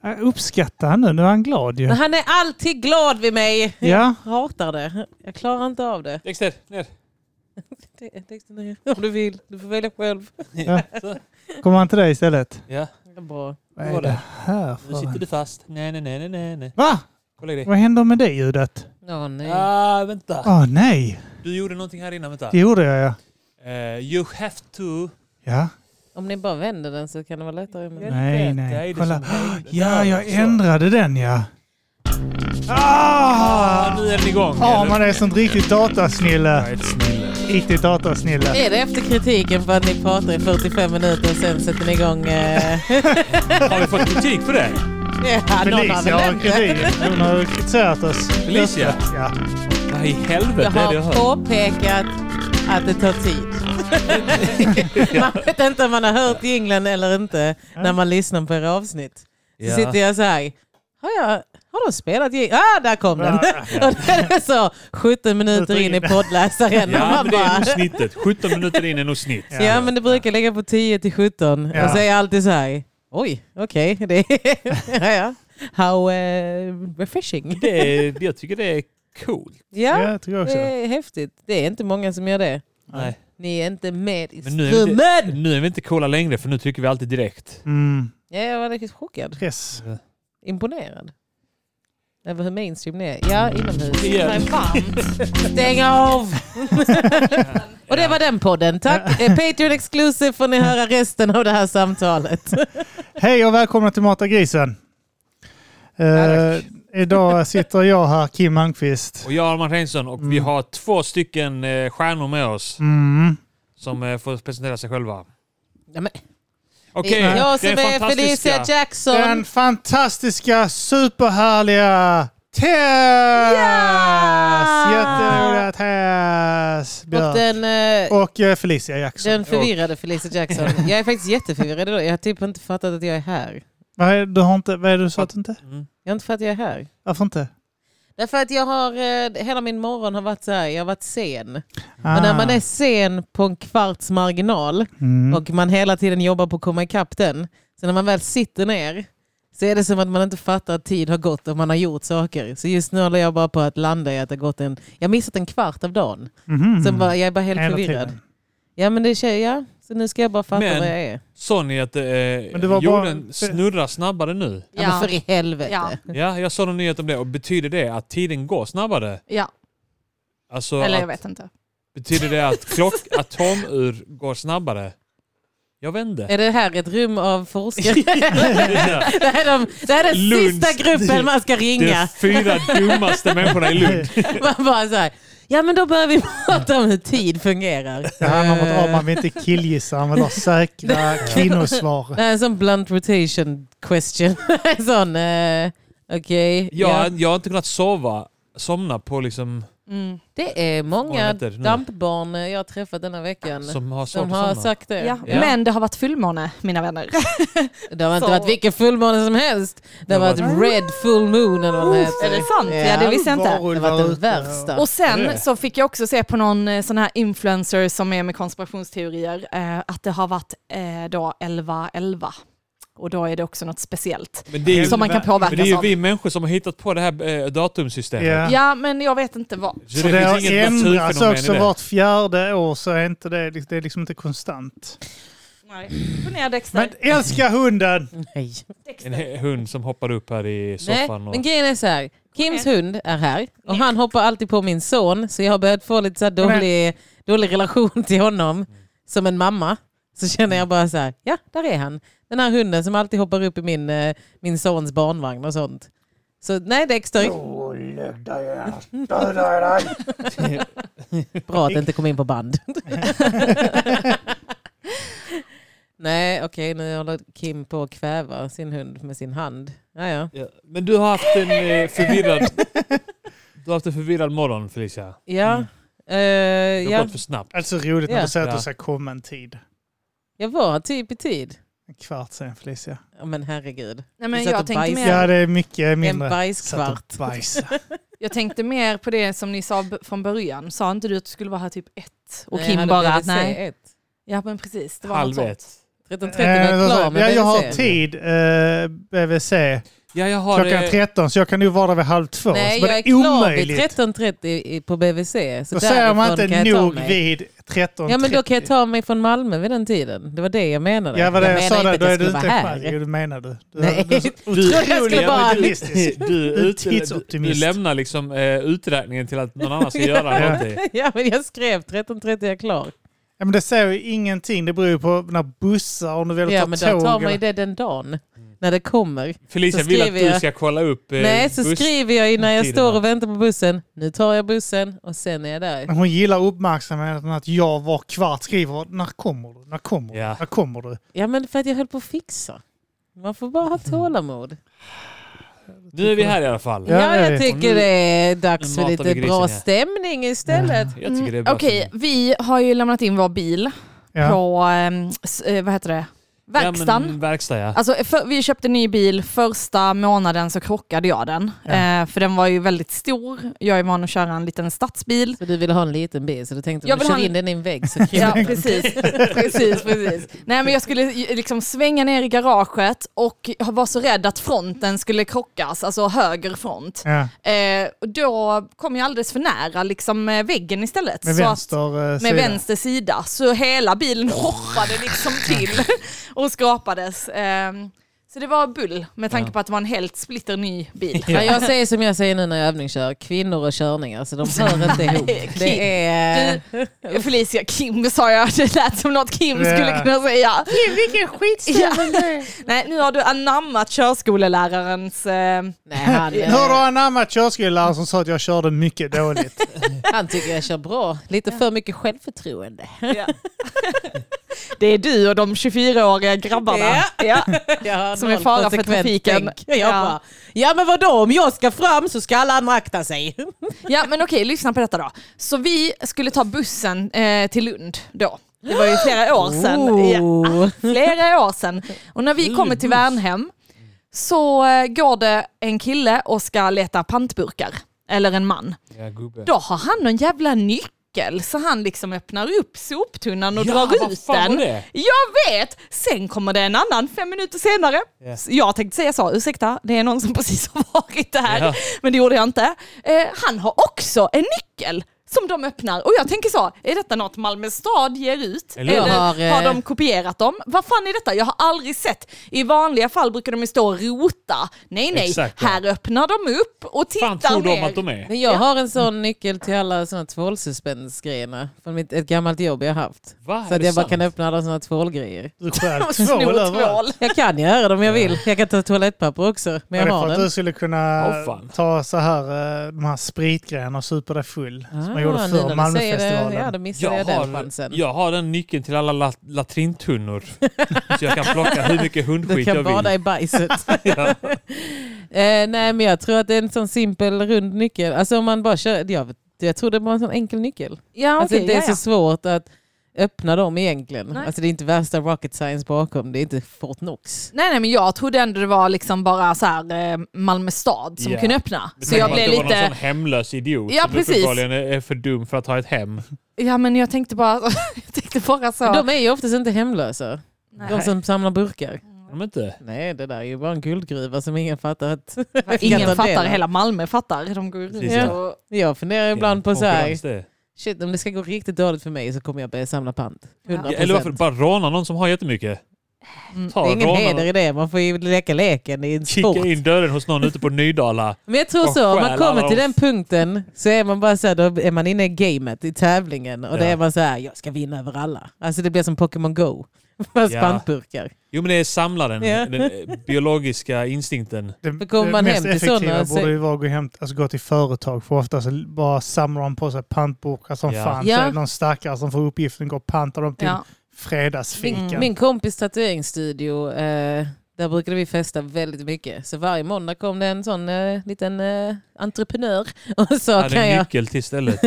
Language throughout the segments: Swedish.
Jag uppskattar han nu är han glad ju. Men han är alltid glad vid mig. Ja. Jag hatar det. Jag klarar inte av det. Dexter, ner. Dexter ner. Om du vill. Du får välja själv. Ja. Kommer han till dig istället? Ja. Det är bra. Vad är det här för? Nu sitter du fast. Nej. Va? Kolla det. Vad händer med det ljudet? Nej. Vänta. Nej. Du gjorde någonting här innan, vänta. Det gjorde jag, ja. You have to... Ja. Om ni bara vänder den så kan det vara lättare. Med. Nej. Kolla. Ja, jag ändrade den, ja. Nu är den igång. Man är sånt riktigt datasnille. Riktigt datasnille. Är det efter kritiken för att ni pratar i 45 minuter och sen sätter ni igång... Har vi fått kritik för det? Ja, Felicia har kritik. Hon har kritiserat oss. Felicia? Ja. Vad i helvete jag är det har jag hör? påpekat att det tar tid. Man vet inte om man har hört jinglen eller inte när man lyssnar på era avsnitt. Så sitter jag så här. Har de spelat jinglen? Där kom den. Och det är så 17 minuter in i poddläsaren. Ja, man men det är nog snittet. 17 minuter in är nog snitt. Ja, men det brukar ligga på 10 till 17. Ja. Och så är jag alltid så här. Oj, okej. Ja. How refreshing. Jag tycker det är coolt. Ja, jag tycker också. det är häftigt. Det är inte många som gör det. Nej. Ni är inte med i Men strömmen. nu är vi inte coola längre, för nu tycker vi alltid direkt. Ja, jag var riktigt chockad. Yes. Imponerad. Över hur mainstream ni är. Ja, inomhus. Ja. Det är varmt. Stäng av! Och det var den podden. Tack. Patreon Exclusive får ni höra resten av det här samtalet. Hej och välkomna till Mata grisen. Idag sitter jag här, Kim Malmqvist. Och jag, Arman Reinsson, och vi har 2 stycken stjärnor med oss som får presentera sig själva. Ja, men. Okej, Jag som det är Felicia Jackson. Den fantastiska, superhärliga Tess! Jätteroliga Tess! Och Felicia Jackson. Den förvirrade Felicia Jackson. Jag är faktiskt jätteförvirrad idag. Jag har typ inte fattat att jag är här. Vad är det du sa att du inte? Jag har inte fattat att jag är här. Varför inte? Därför att jag har, hela min morgon har varit så här, jag har varit sen. Och när man är sen på en kvarts marginal och man hela tiden jobbar på att komma ikapp den, så när man väl sitter ner så är det som att man inte fattar att tid har gått och man har gjort saker. Så just nu håller jag bara på att landa i att det har gått jag har missat en kvart av dagen. Så jag är bara helt Hela förvirrad. tiden. Ja, men det är så nu ska jag bara fatta vad jag är. Sa ni att jorden snurrar snabbare nu? Ja, men för i helvete. Ja, jag sa någon nyhet om det. Och betyder det att tiden går snabbare? Ja. Alltså eller jag vet inte. Betyder det att atomur går snabbare? Jag vet inte. Är det här ett rum av forskare? det här är den sista gruppen man ska ringa. De 4 dummaste människorna i Lund. Man bara så här, ja men då börjar vi prata om hur tid fungerar. Det här man vill inte killgissa, man vill ha säkra kvinnosvar. Det är en sån blunt rotation question. Sån, okej. Jag har inte kunnat somna på liksom... Det är många dampbarn jag har träffat denna veckan som har sagt det. Ja. Men det har varit fullmåne, mina vänner. Det har inte varit vilken fullmåne som helst. Det har varit red full moon eller vad det heter. Är det sant? Ja, det visste jag inte. Det var den värsta. Och sen så fick jag också se på någon sån här influencer som är med konspirationsteorier att det har varit då 11-11. Och då är det också något speciellt som man kan påverkas av. Men det är ju vi människor som har hittat på det här datumsystemet. Yeah. Ja, men jag vet inte vad. Så det har ändrats också vart 4:e år, så är inte det är liksom inte konstant. Nej. Gå ner, Dexter. Men älska hunden! Nej. En hund som hoppar upp här i soffan. Nej, men grejen är så här. Kims hund är här och han hoppar alltid på min son, så jag har börjat få lite så här dålig relation till honom som en mamma. Så känner jag bara så här, ja, där är han. Den här hunden som alltid hoppar upp i min sons barnvagn och sånt. Så nej, Dexter. Bra att det inte kom in på band. Nej, okej, nu håller Kim på att kväva sin hund med sin hand. Ja. Men du har haft en förvirrad morgon, Felicia. Ja. Det har gått för snabbt. Alltså roligt när du säger att du ska komma en tid. Jag var typ i tid. En kvart sen, Felicia. Ja, men herregud. Nej, men jag tänkte mer... Ja, det är mycket mindre. En bajskvart. Jag tänkte mer på det som ni sa från början. Sa inte du att du skulle vara här typ 1? Och nej, Kim bara, nej. Ett. Ja, men precis. Det var 1:30. 13.30 är klar med BVC. Jag har tid, BVC. Ja, jag har, klockan 13, så jag kan nog vara där vid 1:30. Nej, så jag är klar vid 13.30 på BVC. Så då säger man inte nog vid 13.30. Ja, men då kan jag ta mig från Malmö vid den tiden. Det var det jag menade. Ja, vad det jag sa där, då är du inte här. du menar du. Du lämnar liksom uträkningen till att någon annan ska göra någonting. Ja, men jag skrev 13.30 är jag klar. Ja, men det säger ju ingenting. Det beror ju på när bussar, om du vill ta tåg. Ja, men då tar man ju det den dagen. När det kommer. Felicia vill att du ska kolla upp nej, så skriver jag när jag står och väntar på bussen. Nu tar jag bussen och sen är jag där. Hon gillar uppmärksamheten att jag var kvart skriver. När kommer du? När kommer du? Ja, men för att jag höll på att fixa. Man får bara ha tålamod. Nu är vi här i alla fall. Ja, jag tycker det är dags för lite bra stämning istället. Jag tycker det är bra. Okej, vi har ju lämnat in vår bil på, vad heter det? Verkstan. Ja, verkstad, ja. Alltså, vi köpte en ny bil, första månaden så krockade jag den. För den var ju väldigt stor. Jag är van att köra en liten stadsbil. Så du ville ha en liten bil, så du tänkte att du kör in den i en vägg. Så ja, precis. Nej, men jag skulle liksom svänga ner i garaget och var så rädd att fronten skulle krockas, alltså höger front. Ja. Då kom jag alldeles för nära liksom väggen istället. Med vänster sida. Så hela bilen hoppade liksom till. Och skrapades. Så det var bull med tanke på att det var en helt splitter ny bil. Ja, jag säger som jag säger nu när jag övningskör. Kvinnor och körningar, så de hör inte ihop. Det är... Felicia, Kim sa jag. Det lät som något Kim skulle kunna säga. Kim, vilken skitstämning. Nej, nu har du anammat körskolelärarens... Hur har anammat körskoleläraren som sa att jag körde mycket dåligt? Han tycker jag kör bra. Lite för mycket självförtroende. Ja. Det är du och de 24-åriga grabbarna. Ja. Som är fara för trafiken. Ja, men vadå? Om jag ska fram så ska alla andra akta sig. Ja, men okej, lyssna på detta då. Så vi skulle ta bussen till Lund då. Det var ju flera år sedan. Ja, flera år sedan. Och när vi kommer till Värnhem så går det en kille och ska leta pantburkar. Eller en man. Då har han någon jävla nyckel. Så han liksom öppnar upp soptunnan och drar ut den. Jag vet! Sen kommer det en annan 5 minuter senare. Yeah. Jag tänkte säga så, ursäkta, det är någon som precis har varit där. Yeah. Men det gjorde jag inte. Han har också en nyckel som de öppnar. Och jag tänker så, är detta något Malmö stad ger ut? Eller har de kopierat dem? Vad fan är detta? Jag har aldrig sett. I vanliga fall brukar de stå och rota. Nej. Exakt, här öppnar de upp och tittar ner. Fan tror de att de är? Men jag har en sån nyckel till alla såna tvålsuspensgrejerna från ett gammalt jobb jag haft. Va? Så att jag bara kan öppna alla såna tvålgrejer. Du själv tvål. Jag kan göra det om jag vill. Jag kan ta toalettpapper också. Men jag har den. Du skulle kunna ta så här de här spritgrejerna och supa dig full. Som jag gjorde förr Malmöfestivalen. Ja, då missade jag den chansen. Jag har den nyckeln till alla latrintunnor. Så jag kan plocka hur mycket hundskit jag vill. Du kan bada i bajset. Nej, men jag tror att det är en sån simpel rund nyckel. Alltså om man bara kör... Jag tror det var en sån enkel nyckel. Ja, alltså, det är så svårt att öppna dem egentligen. Nej. Alltså det är inte värsta rocket science bakom. Det är inte Fort Knox. Nej, men jag trodde ändå det var liksom bara så här Malmö stad som kunde öppna. Så jag blev lite... Det var någon sån hemlös idiot som uppenbarligen är för dum för att ha ett hem. Ja, men jag tänkte bara så. Men de är ju oftast inte hemlösa. Nej. De som samlar burkar. De inte. Nej, det där är ju bara en guldgruva som ingen fattar att... Ingen fattar, hela Malmö fattar. De går runt och... Jag funderar ibland på så här... Shit, om det ska gå riktigt dåligt för mig så kommer jag börja samla pant. 100%. Eller varför bara råna någon som har jättemycket? Det är ingen heder i det. Man får ju leka leken i en sport. Kicka in dörren hos någon ute på Nydala. Men jag tror så, om man kommer till den punkten så är man bara så här, då är man inne i gamet, i tävlingen. Och då är man så här, jag ska vinna över alla. Alltså det blir som Pokémon Go. Fast pantburkar. Jo, men det är samlaren, den biologiska instinkten. Det mest effektiva borde ju vara att gå till företag, för ofta så bara samlar de på sig pantburkar som fan. Så är det någon starkare som får uppgiften, går och pantar dem till fredagsfikan. Min kompis tatueringsstudio, där brukade vi festa väldigt mycket. Så varje måndag kom det en sån liten entreprenör. Och så kan jag... nyckel till stället.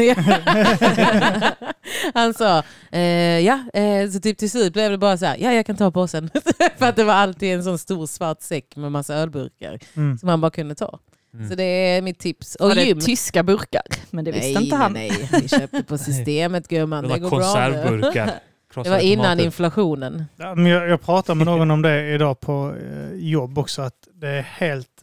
Han sa, så typ till slut blev det bara så här, jag kan ta påsen. För att det var alltid en sån stor svart säck med massa ölburkar som man bara kunde ta. Så det är mitt tips. Och det är tyska burkar, men det visste inte han. Nej, vi köpte på systemet, gumman. Det var konservburkar. Det var innan inflationen. Ja, men jag pratade med någon om det idag på jobb också, att det är helt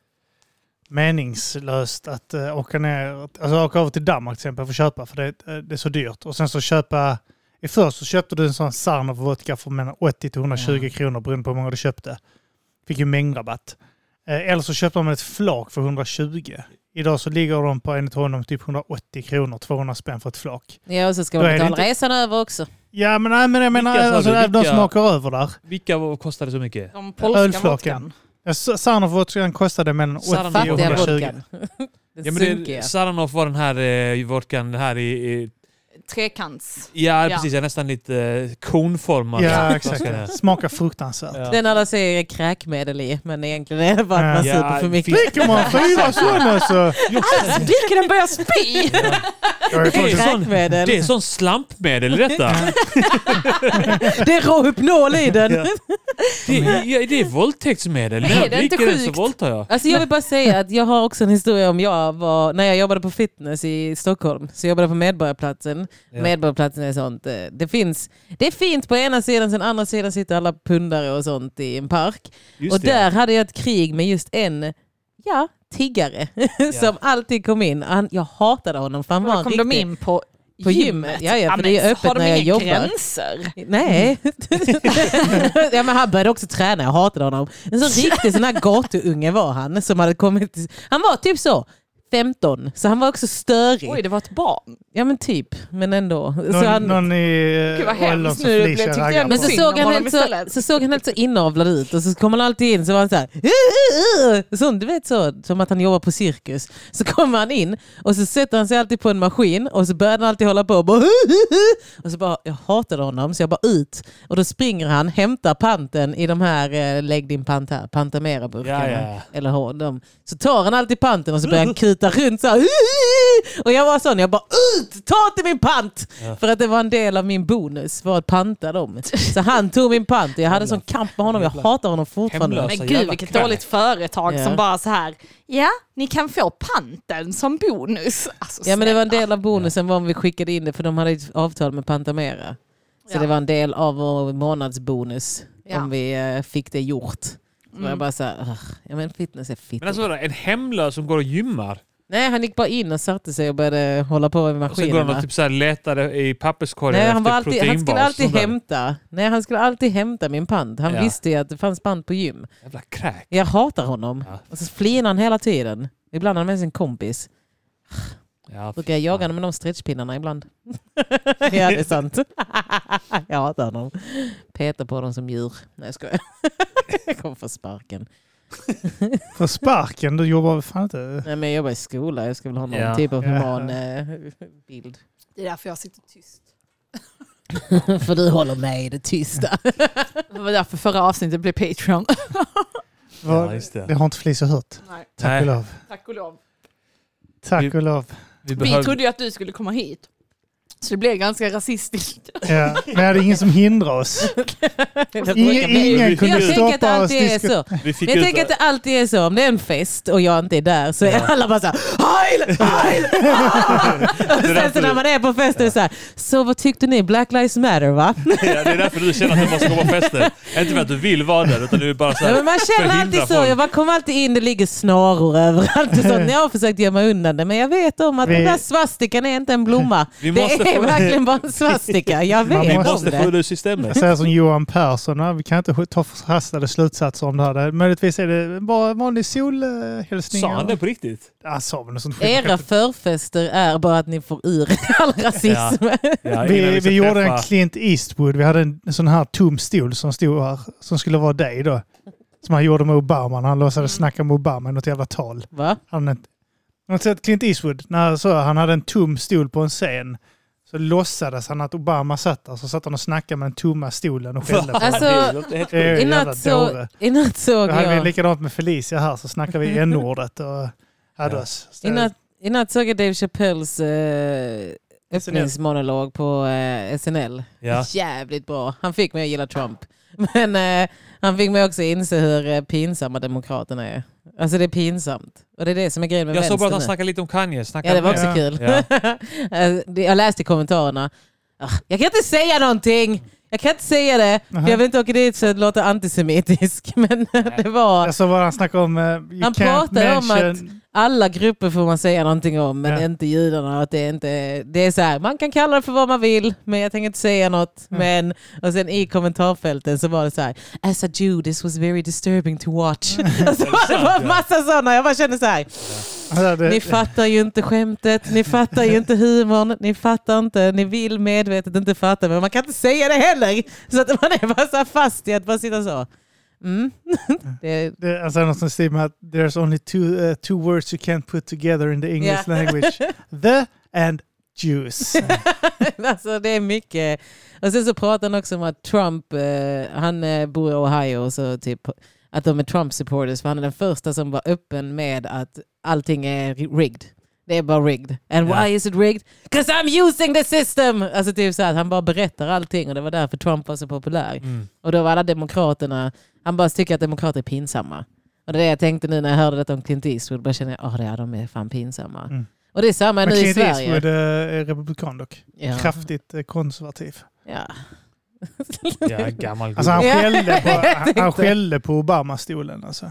meningslöst att åka över till Danmark till exempel för att köpa, för det är så dyrt. Och sen så först så köpte du en sån Sarnov vodka för 80-120 kronor beroende på hur många du köpte. Fick ju mängdrabatt. Eller så köpte de ett flak för 120. Idag så ligger de på enligt honom typ 180 kronor, 200 spänn för ett flak. Ja, och så ska man betala resan över också. Ja, men jag menar de som åker över där. Vilka kostade så mycket? De polska vodkan. Sarnov vodkan kostade mellan 80 och 120. Ja, men Sarnov var den här vodkan här i trekants. Ja, precis. Jag är nästan lite konformad. Ja, exakt. Smakar fruktansvärt. Ja. Den alla säger kräkmedel i, men egentligen är det bara att man super för mycket. Dricker man 4 sådana så... Alltså, dricker den börjar spy! Det är sån slampmedel i detta. Det är Rohypnol i den. Det är våldtäktsmedel. Nej, det är inte sjukt. Så våldtar jag. Alltså jag vill bara säga att jag har också en historia om när jag jobbade på fitness i Stockholm. Så jag jobbade på Medborgarplatsen. Ja. Medborgarplatsen är sånt. Det är fint på ena sidan, sen andra sidan sitter alla pundare och sånt i en park. Och där hade jag ett krig med just en tiggare som alltid kom in. Jag hatade honom. För han var kom de in på gymmet? Ja, för det är öppet när jag jobbar. Gränser? Nej. Ja, men han började också träna. Jag hatade honom. En så riktig sån här gatuunge var han. Som hade kommit. Han var typ så 15. Så han var också störig. Oj, det var ett barn. Ja, men typ. Men ändå. Någon i åldern som Felicia raggar. Men så såg han helt så inavlad ut. Och så kom han alltid in så var han så här. Sånt, du vet så. Som att han jobbar på cirkus. Så kommer han in. Och så sätter han sig alltid på en maskin. Och så börjar han alltid hålla på. Och, och så bara, jag hatade honom. Så jag bara ut. Och då springer han, hämtar panten i de här lägg din pant här. Pantamera-burkarna. Ja. Eller dem. Så tar han alltid panten och så börjar han kuta runt så här. Och jag var sån, jag bara ta till min pant! Ja. För att det var en del av min bonus för att panta dem. Så han tog min pant och jag hade sån kamp med honom. Jag hatar honom fortfarande. Men gud, vilket dåligt företag som bara så här, ja, ni kan få panten som bonus. Alltså, ja, men det var en del av bonusen var om vi skickade in det, för de hade ett avtal med Pantamera. Så det var en del av vår månadsbonus om vi fick det gjort. Så jag bara så här, men fitness är fitness. Men alltså en hemlös som går och gymmar? Nej, han gick bara in och satte sig och började hålla på med maskinerna. Och så går han och typ så här letade i papperskorgen efter proteinbas. Han skulle alltid hämta min pant. Han visste ju att det fanns pant på gym. Jävla kräk. Jag hatar honom. Ja. Och så flinar han hela tiden. Ibland har han med sin kompis. Ja, brukar jag jaga honom med de stretchpinnarna ibland. Ja, det är sant. Jag hatar honom. Petar på dem som djur. Nej, jag skojar. Jag kommer få sparken. För sparken? Du jobbar fan inte... Nej, men jag jobbar i skola. Jag ska väl ha någon typ av human bild. Det är därför jag sitter tyst. För du håller med i det tysta. Det var därför förra avsnittet blev Patreon. Just det. Det har inte Felicia hört. Nej. Tack och lov. Tack och lov. Tack och lov. Vi trodde ju att du skulle komma hit. Så det blev ganska rasistiskt. Ja, men det är ingen som hindrar oss. Ingen kunde stoppa oss. Jag tänker att det alltid är så. Om det är en fest och jag inte är där så är alla bara så här, heil! Och sen så när man är på festen så här, så vad tyckte ni? Black Lives Matter, va? Ja, det är därför du känner att du måste gå på festen. Inte för att du vill vara där, utan du är bara så här, men man känner alltid så. Jag bara kommer alltid in, det ligger snaror överallt. Och sånt. Jag har försökt gömma undan det, men jag vet om att den där svastikan är inte en blomma. Det är verkligen bara en svastika. Jag vet. Vi måste få det systemet. Jag säger som Johan Persson, vi kan inte ta förhastade slutsatser om det här. Möjligtvis är det bara vanlig solhälsning. Sa han det på riktigt? Ja, sa vi något sånt. Era förfester är bara att ni får ur all rasism. Ja, vi gjorde en Clint Eastwood. Vi hade en sån här tom stol som stod här, som skulle vara dig då. Som han gjorde med Obama. Han låtsades snacka med Obama i något jävla tal. Va? Han har sett Clint Eastwood när han hade en tom stol på en scen. Så låtsades han att Obama satt där, så satt han och snackade med den tomma stolen och skällde på I natt såg jag... hade vi likadant med Felicia här, så snackade vi n-ordet och hade oss. I natt såg jag Dave Chappelles öppningsmonolog på SNL. Ja. Jävligt bra. Han fick mig att gilla Trump. Men han fick mig också inse hur pinsamma demokraterna är. Alltså det är pinsamt. Och det är det som är grejen med jag vänster. såg bara att han snackade lite om Kanye. Ja, det var också kul. Ja. Jag läste i kommentarerna. Jag kan inte säga någonting. Jag kan inte säga det. För jag vill inte åka dit så det låter antisemitisk. Men det var... Alltså vad han snackade om... han pratade om att alla grupper får man säga någonting om, men inte judarna. Att det är så här, man kan kalla det för vad man vill, men jag tänker inte säga något. Men, och sen i kommentarfälten så var det så här: as a Jew, this was very disturbing to watch. Och så var det bara en massa sådana. Jag bara kände så här... Ni fattar ju inte skämtet, ni fattar ju inte humorn, ni fattar inte, ni vill medvetet inte fatta, men man kan inte säga det heller. Så att man är bara så fast i att bara sitta så. Det alltså något som säger med att there's only two words you can't put together in the English language. The and Jews. Alltså det är mycket. Och sen så pratar han också om att Trump, han bor i Ohio och så typ att de är Trump-supporters, för han är den första som var öppen med att allting är rigged. Det är bara rigged. And why is it rigged? Because I'm using the system! Alltså typ så att han bara berättar allting och det var därför Trump var så populär. Och då var alla demokraterna, han bara tycker att demokrater är pinsamma. Och det är det jag tänkte nu när jag hörde det om Clint Eastwood, bara känner jag, de är fan pinsamma. Och det är samma nu i Sverige. Clint Eastwood är republikan dock. Ja. Kraftigt konservativ. Ja. Ja, gammal. Alltså han skällde på Obama-stolen alltså.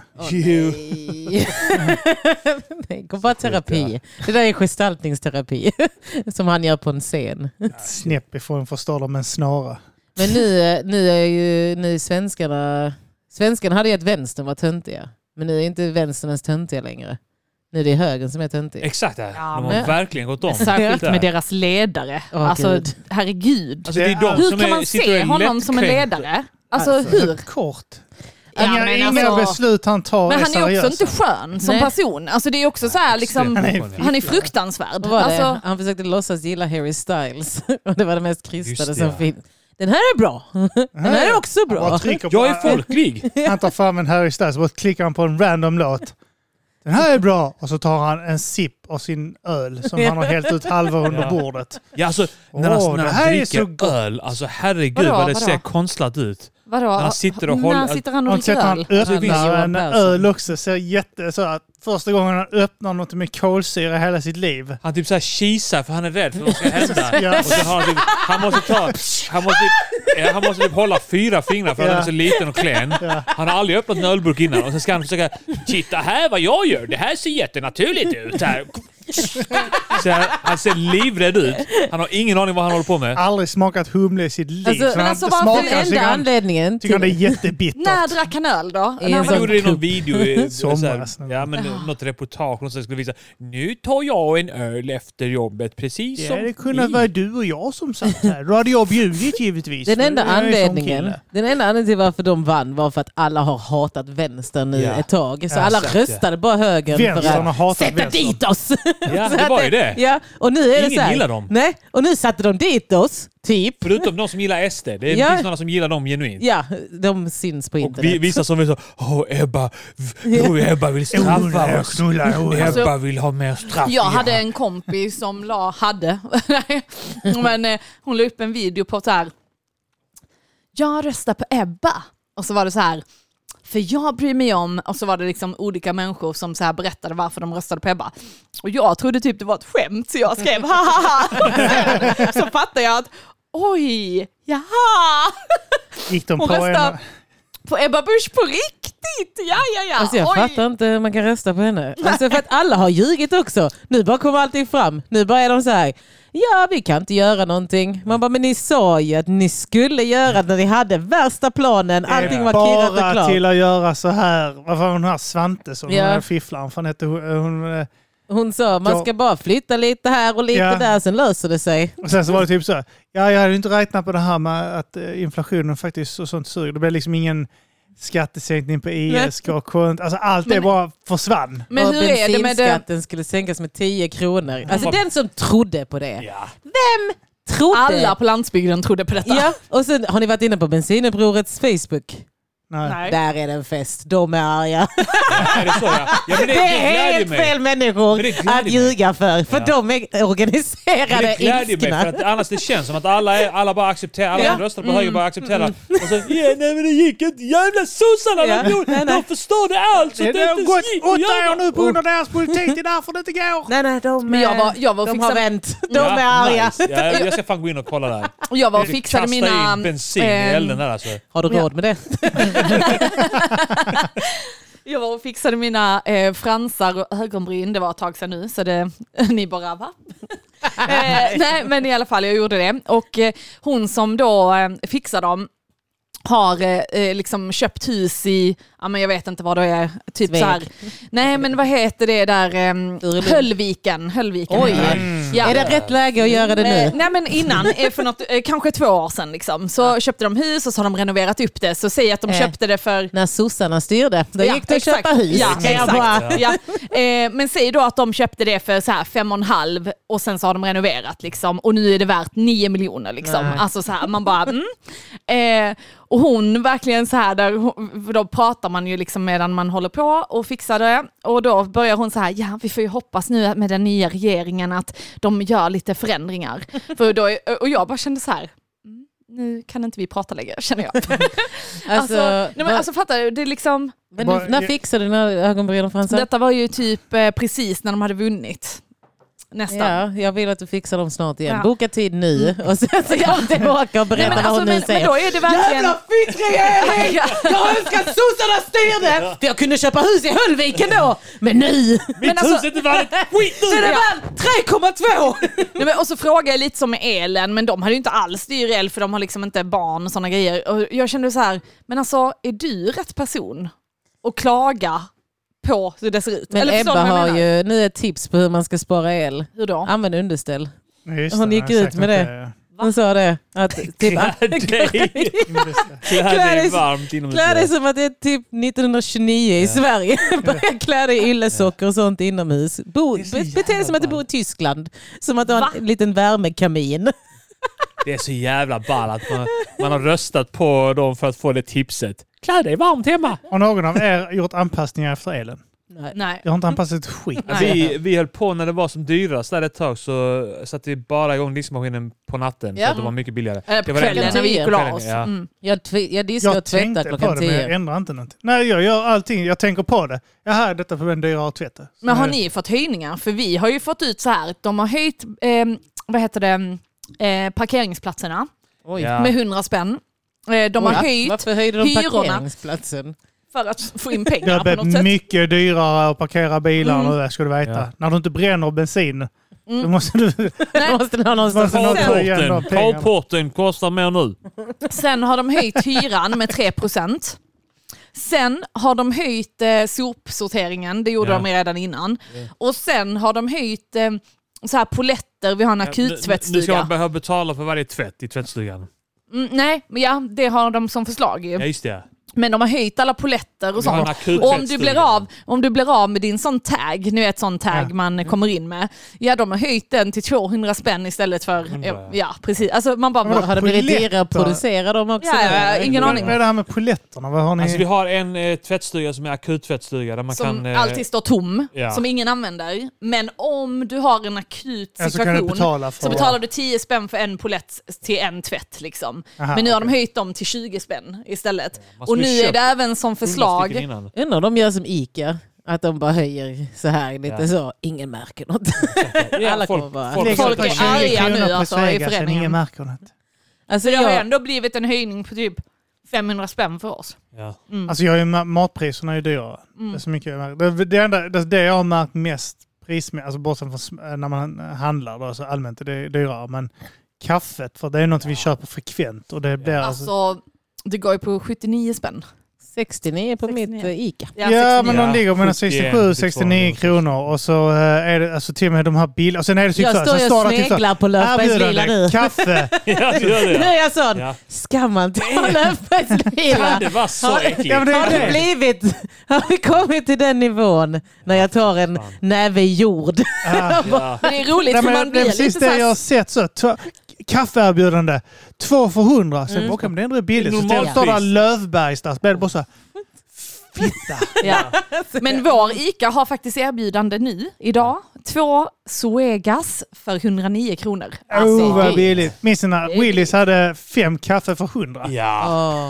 Nej, gå bara terapi. Det där är gestaltningsterapi som han gör på en scen. Snäpp ifrån förstår de en snara. Men nu är ju svenskarna hade ju ett vänstern var töntiga. Men nu är inte vänstern ens töntiga längre. Nu är det högern som är töntig. Exakt, de har verkligen gått om. Särskilt med deras ledare. Alltså, herregud. Alltså, det är de hur som kan man se honom som en ledare? Alltså hur? Kort. Inga beslut han tar. Men han är också inte skön som person. Alltså det är också så här liksom, han är fruktansvärd. Alltså, han försökte låtsas gilla Harry Styles. Och det var det mest kristade som finns. Den här är bra. Den här är också bra. Jag är folklig. Han tar fram en Harry Styles och klickar han på en random låt. Den här är bra. Och så tar han en sipp av sin öl som han har hällt ut halva under bordet. Ja, alltså, när han dricker öl, alltså herregud vad det ser konstlat ut. Vadå? När han sitter och håller... När sitter han och dricker öl? Han öppnar en öl också. Ser jätte så att första gången han öppnar något med kolsyra hela sitt liv. Han typ så här kisar för han är rädd för vad ska hända. Och så har han måste typ hålla 4 fingrar för han är så liten och klen. Han har aldrig öppnat en ölburk innan. Och sen ska han försöka, titta här vad jag gör. Det här ser jättenaturligt ut här. Så han ser livrädd ut. Han har ingen aning vad han håller på med. Aldrig smakat humle i sitt liv. Alltså var den enda anledningen tycker han det är jättebittert. När drack han öl då? Han gjorde det i någon video i somras. något reportage som skulle visa, nu tar jag en öl efter jobbet precis som det kunde vara du och jag som satt här. Då hade jag bjudit givetvis. Den enda anledningen till varför de vann var för att alla har hatat vänstern nu ett tag. Så alla röstade bara högern för att sätta dit oss. Ja, det var ju det. Ja, och nu är det så här. Gillar dem. Nej, och nu satte de dit oss, typ. Förutom de som gillar SD. Det finns några som gillar dem genuint. Ja, de syns på internet. Och vissa som vill så, Ebba vill straffa oss. Ebba vill ha mer straff. Jag hade en kompis som men hon la upp en video på så här: jag röstar på Ebba. Och så var det så här: för jag bryr mig om, och så var det liksom olika människor som så här berättade varför de röstade på Ebba. Och jag trodde typ det var ett skämt, så jag skrev haha. Så fattade jag att oj, jaha. Gick de hon röstade på Ebba Busch på riktigt. Ja. Alltså jag fattar inte hur man kan rösta på henne. Alltså för att alla har ljugit också. Nu bara kommer allting fram. Nu bara är de så här: ja, vi kan inte göra någonting. Man bara, men ni sa ju att ni skulle göra när ni hade värsta planen. Allting var kirrat och klart. Bara till att göra så här. Vad var hon här Svante som hon fifflaren? Fan hette hon... Hon sa, man ska bara flytta lite här och lite där, sen löser det sig. Och sen så var det typ så, jag hade inte räknat på det här med att inflationen faktiskt och sånt suger. Det blev liksom ingen skattesänkning på ISK och kont. Alltså allt det bara försvann. Men hur är det med bensinskatten skulle sänkas med 10 kronor. Alltså den som trodde på det. Ja. Vem trodde? Alla på landsbygden trodde på detta. Ja, och sen har ni varit inne på Bensinupprorets Facebook. Nej. Där är det en fest. De är arga. Ja, är det så, ja. Ja, men Det är helt fel människor att ljuga för de är organiserade glädjer mig, ilskna. för att annars det känns som att alla bara accepterar, alla som röstar på höger bara accepterar. Och så, nej men det gick inte, jävla sossarna, de förstår det allt. Det har gått 8 år nu på grund av deras politik, det är därför det inte går. Nej, Men jag var de har vänt. De är arga. Nice. Ja, jag ska fan gå in och kolla där. Jag var och fixade mina... Kasta in bensin i elden där alltså. Har du råd med det? Jag var och fixade mina fransar och ögonbryn. Det var ett tag sedan nu, så det, ni bara va? Nej, men i alla fall, jag gjorde det. Och hon som då fixade dem har liksom köpt hus i, ja men jag vet inte vad det är, typ så här. Nej men vad heter det där, Höllviken. Oj, Ja. Är det rätt läge att göra det nu? Nej men innan, för något, kanske 2 år sedan liksom, så köpte de hus och så har de renoverat upp det, så säg att de köpte det för... När sossarna styrde, då gick det att köpa hus. Ja, exakt. Ja. Men säg då att de köpte det för så här 5,5 och sen så har de renoverat liksom, och nu är det värt 9 miljoner liksom. Alltså så här, man bara och hon verkligen så här, då pratar man ju liksom medan man håller på och fixar det, och då börjar hon så här, ja vi får ju hoppas nu med den nya regeringen att de gör lite förändringar. För då, och jag bara kände så här, nu kan inte vi prata längre, känner jag. alltså fattar du, det är liksom... Men när fixade du dina ögonbryn, Fransa? Detta var ju typ precis när de hade vunnit. Nästan. Ja, jag vill att du fixar dem snart igen. Boka tid nu och sen så kan du tillbaka och berätta vad hon nu säger. Men då är det verkligen... Jävla fittregering! Jag önskar att sossarna styrde! För jag kunde köpa hus i Höllviken då! Men nu! Mitt hus är inte värt skit nu! Det är värt 3,2! Och så frågade jag lite som med elen, men de hade ju inte alls dyr el för de har liksom inte barn och sådana grejer. Och jag kände så här, men alltså är du rätt person att klaga på hur det ser ut? Men eller Ebba har ju nu ett tips på hur man ska spara el. Hur då? Använd underställ. Just hon gick ut med det. Hon sa det. Att typ, klä dig varmt inomhus. Klä dig som att det är typ 1929 i Sverige. Börja klä dig i yllesocker och sånt inomhus. Bete dig som att du bor i Tyskland. Som att du har en liten värmekamin. Det är så jävla ball att man har röstat på dem för att få det tipset. Klä dig varmt hemma. Har någon av er gjort anpassningar efter elen? Nej. Jag har inte anpassat ett skit. Vi höll på när det var som dyrast där ett tag, så satte vi bara igång diskmaskinen på natten. Så att det var mycket billigare. På kvällen när vi gick och la oss. Ja. Jag diskar och tvättar klockan 10. Men jag ändrar inte någonting. Nej, jag gör allting. Jag tänker på det. Jaha, detta för en dyrare tvätta. Men har ni fått höjningar? För vi har ju fått ut så här. De har höjt parkeringsplatserna med 100 spänn. De har höjt varför höjde de hyrorna parkeringsplatsen? för att få in pengar det på något blir sätt. mycket dyrare att parkera bilar nu, ska du veta. Ja. När du inte bränner bensin, då måste du... måste ha någonstans. Carporten kostar mer nu. Sen har de höjt hyran med 3%. Sen har de höjt sopsorteringen, det gjorde de redan innan. Och sen har de höjt så här poletter, vi har en akuttvättstuga. Nu ska man behöva betala för varje tvätt i tvättstugan. Nej, men det har de som förslag ju. Ja, just det. Men de har höjt alla poletter och sånt. Och om du blir av med din sån tag, nu är ett sån tag man kommer in med. Ja, de har höjt den till 200 spänn istället för... Ja, precis. Alltså man bara... Har det blivit dyrare att producera dem också? Ja, ingen aning. Vad är det här med poletterna? Vad har ni? Alltså vi har en tvättstuga som är akuttvättstuga där man som kan... alltid står tom, som ingen använder. Men om du har en akut situation så betalar du 10 spänn för en polett till en tvätt. Liksom. Aha, men nu har de höjt dem till 20 spänn istället. Och nu är det även som förslag... Undrar om de gör som ICA. Att de bara höjer så här lite så. Ingen märker något. Alla kommer bara... Folk är arga nu alltså, i föreningen. Ingen märker något. Alltså det har ändå blivit en höjning på typ 500 spänn för oss. Ja. Alltså matpriserna är dyrare. Det är så mycket det jag har märkt mest prismässigt, alltså bortsett från när man handlar då, så allmänt är det dyrare, men kaffet, för det är något vi köper frekvent och det blir alltså det går ju på 79 spänn. 69 på mitt ICA. Ja, men de ligger mellan 67-69 kronor och så är det alltså till och med de här bilarna. Och sen är det typ jag står och sneglar på Löfbergsbilar nu. Kaffe. Nu är jag sån. Ska man ta Löfbergsbilar? Det var så äckligt. Har vi kommit till den nivån när jag tar en näve jord? Men det är roligt för man blir lite det jag har sett så. kaffeerbjudande. 2 för 100. Sen men det är ändå billigt. Så står där Löfbergs där. Så blir det bara så här, fitta. Ja. Men vår ICA har faktiskt erbjudande nu, idag. 2 Zoegas för 109 kronor. Alltså, vad billigt. Minns ni när Willys hade 5 kaffe för 100? Ja.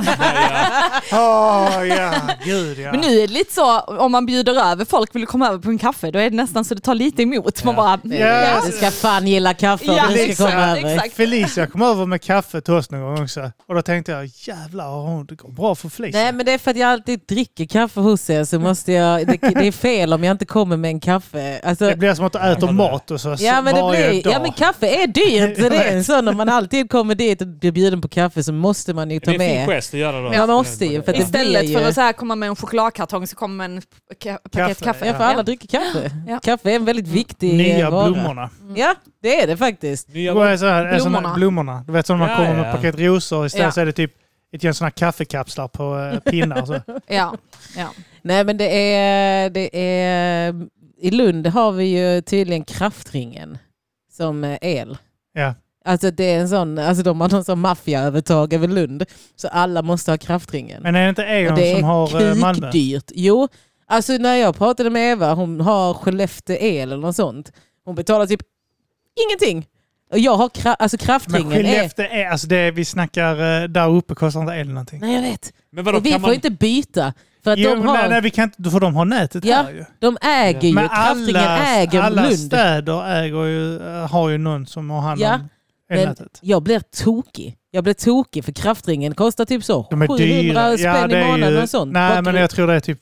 Gud ja. Men nu är det lite så, om man bjuder över folk vill komma över på en kaffe, då är det nästan så det tar lite emot. Man bara, Du ska fan gilla kaffe om du ska komma över. Exakt. Felicia kom över med kaffe till oss någon gång också. Och då tänkte jag, jävlar, det går bra för Felicia. Nej, men det är för att jag alltid dricker kaffe hos er, så måste jag... Det är fel om jag inte kommer med en kaffe. Alltså, det blir som att du äter mat och så ja, men varje dag. Ja, men kaffe är dyrt. Så det är en sån, om man alltid kommer dit och blir bjuden på kaffe så måste man ju ta med. Det är en fin gest att göra då. Man måste ju. För istället för att så här komma med en chokladkartong så kommer med en paket kaffe. Ja, för alla dricker kaffe. Ja. Kaffe är en väldigt viktig nya vara. blommorna. Ja, det är det faktiskt. Blommorna. Du vet som man kommer med paket rosor istället så är det typ ett gäng sådana kaffekapslar på pinnar. Så. Ja. Nej, men det är... I Lund har vi ju tydligen kraftringen som el. Ja. Alltså det är en sån, alltså de har någon sån maffiaövertag över Lund. Så alla måste ha kraftringen. Men är det inte Eon som har Malmö? Det är dyrt. Jo, alltså när jag pratade med Eva, hon har Skellefteå el eller något sånt. Hon betalar typ ingenting. Och jag har kraftringen. Men Skellefteå är, alltså det vi snackar där uppe kostar inte el någonting. Nej, jag vet. Men vadå, och vi får inte byta. För att de har... nej, vi kan inte, för de har nätet här ju. De äger ju, men kraftringen äger alla Lund. Städer har ju någon som har hand om elnätet. Jag blir tokig för kraftringen kostar typ så 700 spänn i månaden och sånt. Nej, men jag tror det är typ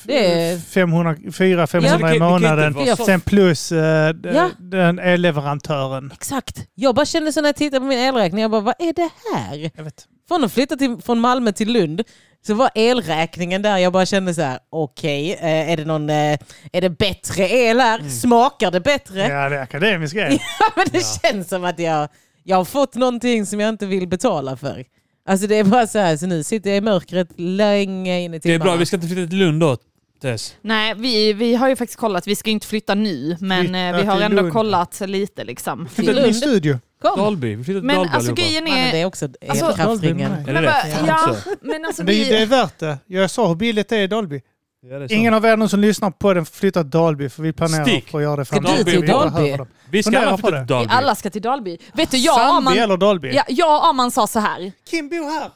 400-500 i månaden. Sen plus den elleverantören. Exakt. Jag bara kände så när jag tittade på min elräkning. Jag bara, vad är det här? Jag vet. Från att flytta från Malmö till Lund så var elräkningen där. Jag bara kände så här, okej, är det bättre el här? Smakar det bättre? Ja, det är akademisk el. Ja, men det känns som att jag har fått någonting som jag inte vill betala för. Alltså det är bara så här, så nu sitter jag i mörkret länge in i timmarna. Det är bra, vi ska inte flytta till Lund då, Tess. Nej, vi har ju faktiskt kollat, vi ska inte flytta nu, men vi har ändå Lund. kollat lite liksom. Flytta till min studio. Dalby, vi flyttar till Men Dalby alltså grejen är... det är också kraftringen. Är det rätt? Ja, men alltså det är värt det. Jag sa hur billigt det är i Dalby. Ingen av er som lyssnar på den flyttar till Dalby, för vi planerar för att göra det framöver. Ska du till Dalby? Vi ska alla flytta till Dalby. Alla ska till Dalby. Vet du, Sandby eller Dalby? Ja, jag och Arman sa så här. Kim, bo här.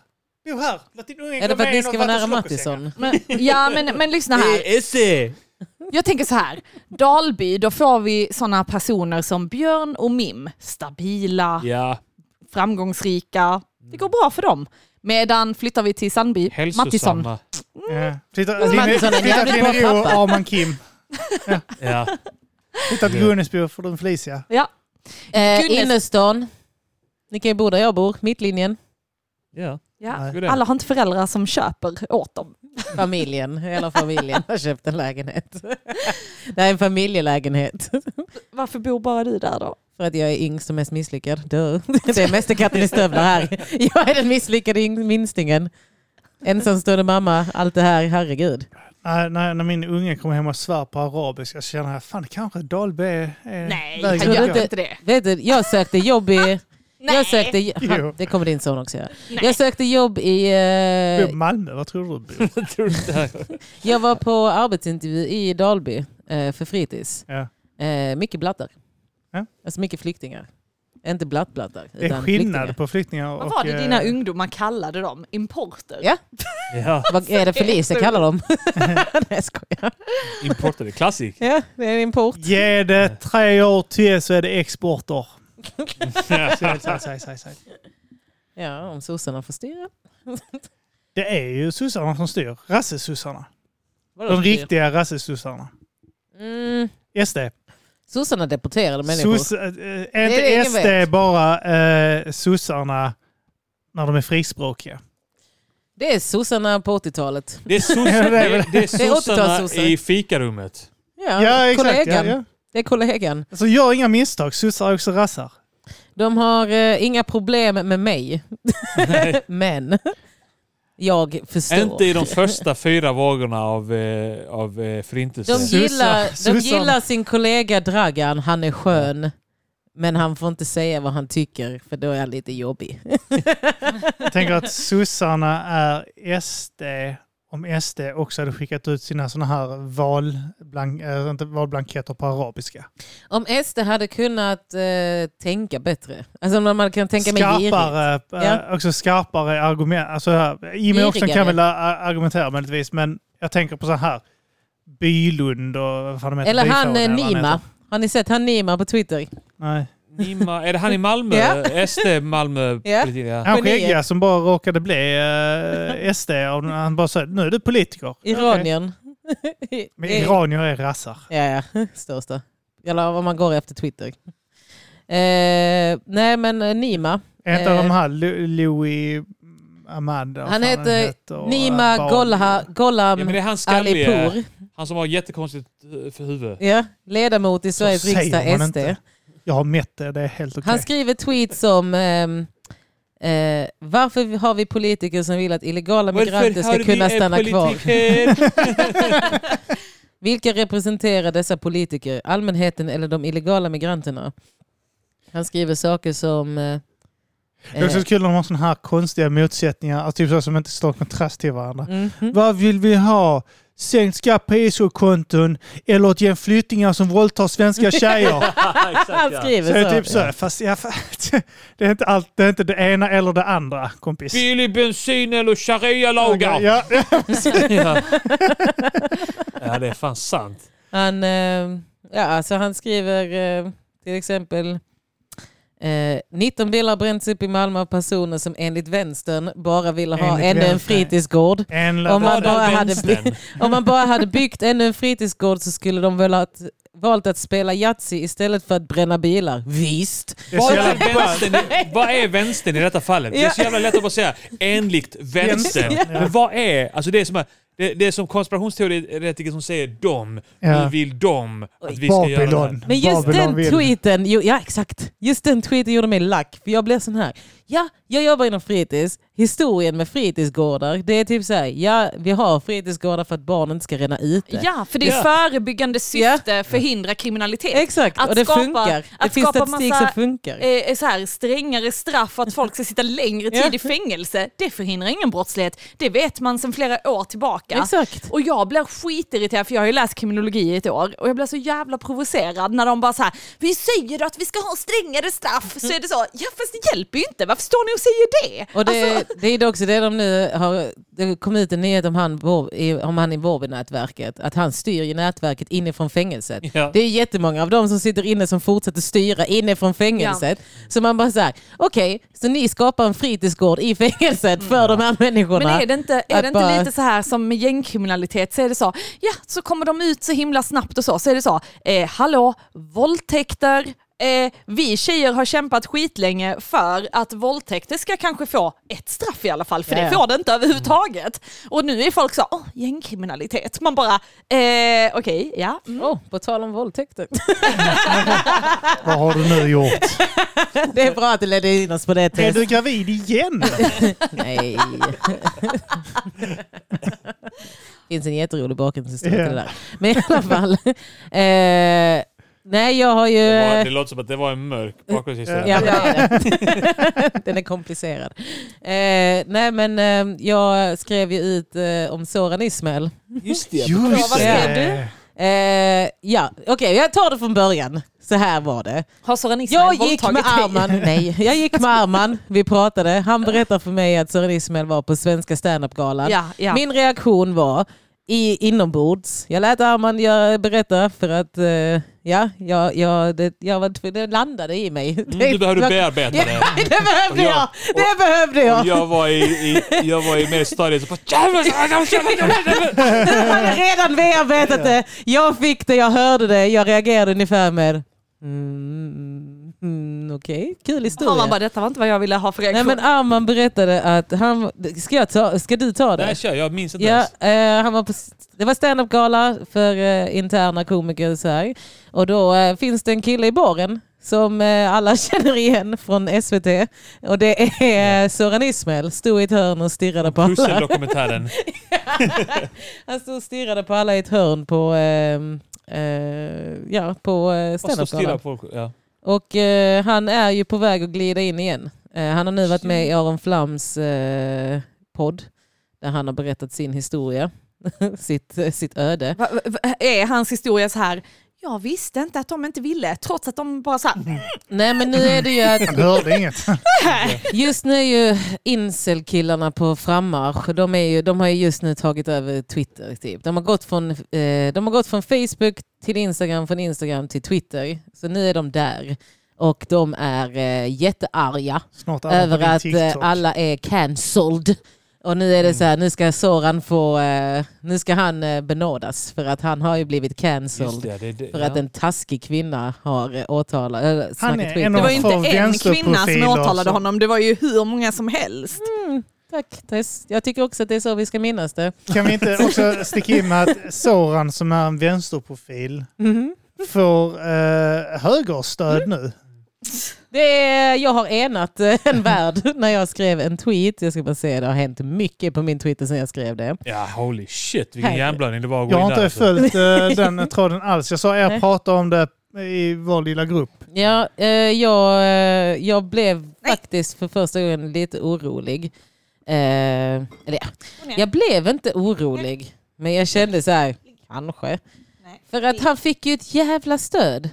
Är det för att ni ska vara nära Mattisson? Men lyssna här. Jag tänker så här. Dalby, då får vi såna personer som Björn och Mim. Stabila, framgångsrika. Det går bra för dem. Medan flyttar vi till Sandby, Mattisson. Flyttar till Arman Kim. Flyttar till Gunnesbo för de Felicia. Ja. Innerstan. Ni kan ju bo där jag bor, mittlinjen. Ja. Alla har inte föräldrar som köper åt dem. Hela familjen har köpt en lägenhet. Det är en familjelägenhet. Varför bor bara du där då? För att jag är yngst och mest misslyckad. Det är mästerkatten i stövlar här. Jag är den misslyckade minstingen. Ensamstående mamma, allt det här, herregud. När min unge kommer hem och svär på arabiska så känner jag, fan kanske Dalby är nej, han gör inte det. Vet du, jag sökte jobb i... det kommer din son också göra. Jag sökte jobb i... Malmö, vad tror du? Jag var på arbetsintervju i Dalby för fritids. Mycket blattar. Alltså mycket flyktingar. Inte blattblattar. Det är skillnad på flyktingar. Vad var det dina ungdomar kallade dem? Importer? Ja. Vad är det Felicia kallar dem? Nej, jag skojar. Importer, det är klassik. Ja, det är en import. Ge det 3 år till så är det exporter. Ja, om sossarna får styra. Det är ju sossarna som styr. Rassesossarna. De riktiga rassesossarna. SD. Sossarna deporterade människor. Är inte SD bara sossarna när de är frispråkiga? Det är sossarna på 80-talet. Det är sossarna i fikarummet. Ja, exakt. Kollegan. Ja. Det är kollegan. Alltså gör inga misstag, sossar är också rassar. De har inga problem med mig. Men jag förstår. Inte i de första 4 vågorna av förintelsen. De gillar sin kollega Dragan. Han är skön. Men han får inte säga vad han tycker för då är han lite jobbig. Jag tänker att sossarna är SD om SD också hade skickat ut sina såna här valblanketter på arabiska. Om SD hade kunnat tänka bättre. Alltså om man kan tänka mer girigt. Också skarpare argument. Alltså, Jimmy också kan väl argumentera möjligtvis, men jag tänker på så här Bylund och vad fan de heter. Eller han Nima. Har ni sett han Nima på Twitter? Nej. Nima, är det han i Malmö? SD Malmö? Han skäggiga som bara råkade bli SD och han bara sa, nu är du politiker. Iranien. Okay. Men iranier är rassar. Ja, största. Eller om man går efter Twitter. Nej, men Nima. Är inte de här Louis Ahmad? Han heter Nima Golham Alipour. Han som har jättekonstigt för huvud. Ja, ledamot i Sveriges riksdag SD. Jag har mätt det är helt okej. Han skriver tweets om varför har vi politiker som vill att illegala migranter ska kunna stanna kvar? Vilka representerar dessa politiker? Allmänheten eller de illegala migranterna? Han skriver saker som... Det är också kul om de har sådana här konstiga motsättningar, alltså typ så som inte står kontrast till varandra. Vad vill vi ha? Sänkt skatt på ISK-konton eller att ge flyttingar som våldtar svenska tjejer. Han skriver så. Det är typ så. Fast det är inte allt, det är inte det ena eller det andra, kompis. Billig bensin eller sharia-lagar. Ja, det är fan sant. Han skriver till exempel 19 bilar bränns upp i Malmö av personer som enligt vänstern bara ville ha ännu en fritidsgård. Om man bara hade byggt ännu en fritidsgård så skulle de väl valt att spela Yatzy istället för att bränna bilar. Visst. Vad är vänstern i detta fallet? Det är så jävla lätt att bara säga enligt vänstern. Men vad är, alltså det är som det är som konspirationsteoretiker som säger nu vill de att vi ska göra det. Men just den tweeten, exakt. Just den tweeten gjorde mig lack. För jag blev sån här. Ja, jag jobbar inom fritids. Historien med fritidsgårdar, det är typ så här, vi har fritidsgårdar för att barnen inte ska ränna ute. Ja, för det är förebyggande syfte förhindra kriminalitet. Exakt, och det funkar. Det finns statistik som funkar. Så här, strängare straff att folk ska sitta längre tid i fängelse, det förhindrar ingen brottslighet. Det vet man sedan flera år tillbaka. Exakt. Och jag blir skitirriterad för jag har ju läst kriminologi i ett år och jag blir så jävla provocerad när de bara så här, vi säger att vi ska ha strängare straff, så är det så, fast det hjälper ju inte. Varför står ni och säger det? Och det är också det de nu har, det kom ut en nyhet om han i Vårby-nätverket, att han styr i nätverket inifrån fängelset. Ja. Det är jättemånga av dem som sitter inne som fortsätter styra inifrån fängelset. Ja. Så man bara säger, okej, så ni skapar en fritidsgård i fängelset för de här människorna. Men är det inte lite så här som med gängkriminalitet, så är det så, så kommer de ut så himla snabbt och så är det så, våldtäkter, vi tjejer har kämpat skitlänge för att våldtäkter ska kanske få ett straff i alla fall, för det får det inte överhuvudtaget. Och nu är folk så, gängkriminalitet. Man bara, okej, ja. På tal om våldtäkter. Vad har du nu gjort? Det är bra att du ledde in oss på det test. Är du gravid igen? Nej. Det finns en jätterolig bakgrundshistoria till det där. Men i alla fall... Nej, jag har ju... Det låter som att det var en mörk bakgrundshistoria. Den är komplicerad. Jag skrev ju ut om Soran Ismail. Just det. Vad skrev du? Okej, jag tar det från början. Så här var det. Har Soran Ismail jag gick med Arman. Vi pratade. Han berättade för mig att Soran Ismail var på Svenska stand-up-galan. Ja. Min reaktion var inombords. Jag lät Arman berätta för att det landade i mig. Du behövde bearbeta det. Det behövde jag. Jag var i mer stadiet så jag hade redan bearbetat det. Jag fick det, jag hörde det. Jag reagerade ungefär med okej, kul historia. Arman bara, detta var inte vad jag ville ha för reaktion. Nej, men Arman berättade att han... Ska du ta det? Nej, kör, jag minns inte ens. Det var stand-up-gala för interna komiker så här. Och då finns det en kille i baren som alla känner igen från SVT. Och det är Soran Ismail. Stod i ett hörn och stirrade på alla. Pussel-dokumentären. Han stod och stirrade på alla i ett hörn på stand-up-galan. Och han är ju på väg att glida in igen. Han har nu varit med i Aron Flams podd. Där han har berättat sin historia. sitt öde. Är hans historia så här... Jag visste inte att de inte ville, trots att de bara så här... Nej, men nu är det ju att... Han hörde inget. Just nu är ju incel-killarna på frammarsch. De har ju just nu tagit över Twitter. Typ. De har gått från Facebook till Instagram, från Instagram till Twitter. Så nu är de där. Och de är jättearga över att alla är cancelled. Och nu är det så här, nu ska Soran nu ska han benådas för att han har ju blivit cancelled för att en taskig kvinna har åtalat. Det var ju inte en kvinna som åtalade honom, det var ju hur många som helst. Tack Tess. Jag tycker också att det är så vi ska minnas det. Kan vi inte också sticka in med att Soran som är en vänsterprofil får högerstöd nu? Jag har enat en värld när jag skrev en tweet. Jag ska bara säga, det har hänt mycket på min Twitter sedan jag skrev det. Ja, holy shit. Vilken hjärnblandning det var att gå jag har in inte följt den tråden alls. Jag sa prata om det i vår lilla grupp. Ja, jag blev faktiskt för första gången lite orolig. Jag blev inte orolig. Men jag kände så här, kanske. För att han fick ju ett jävla stöd.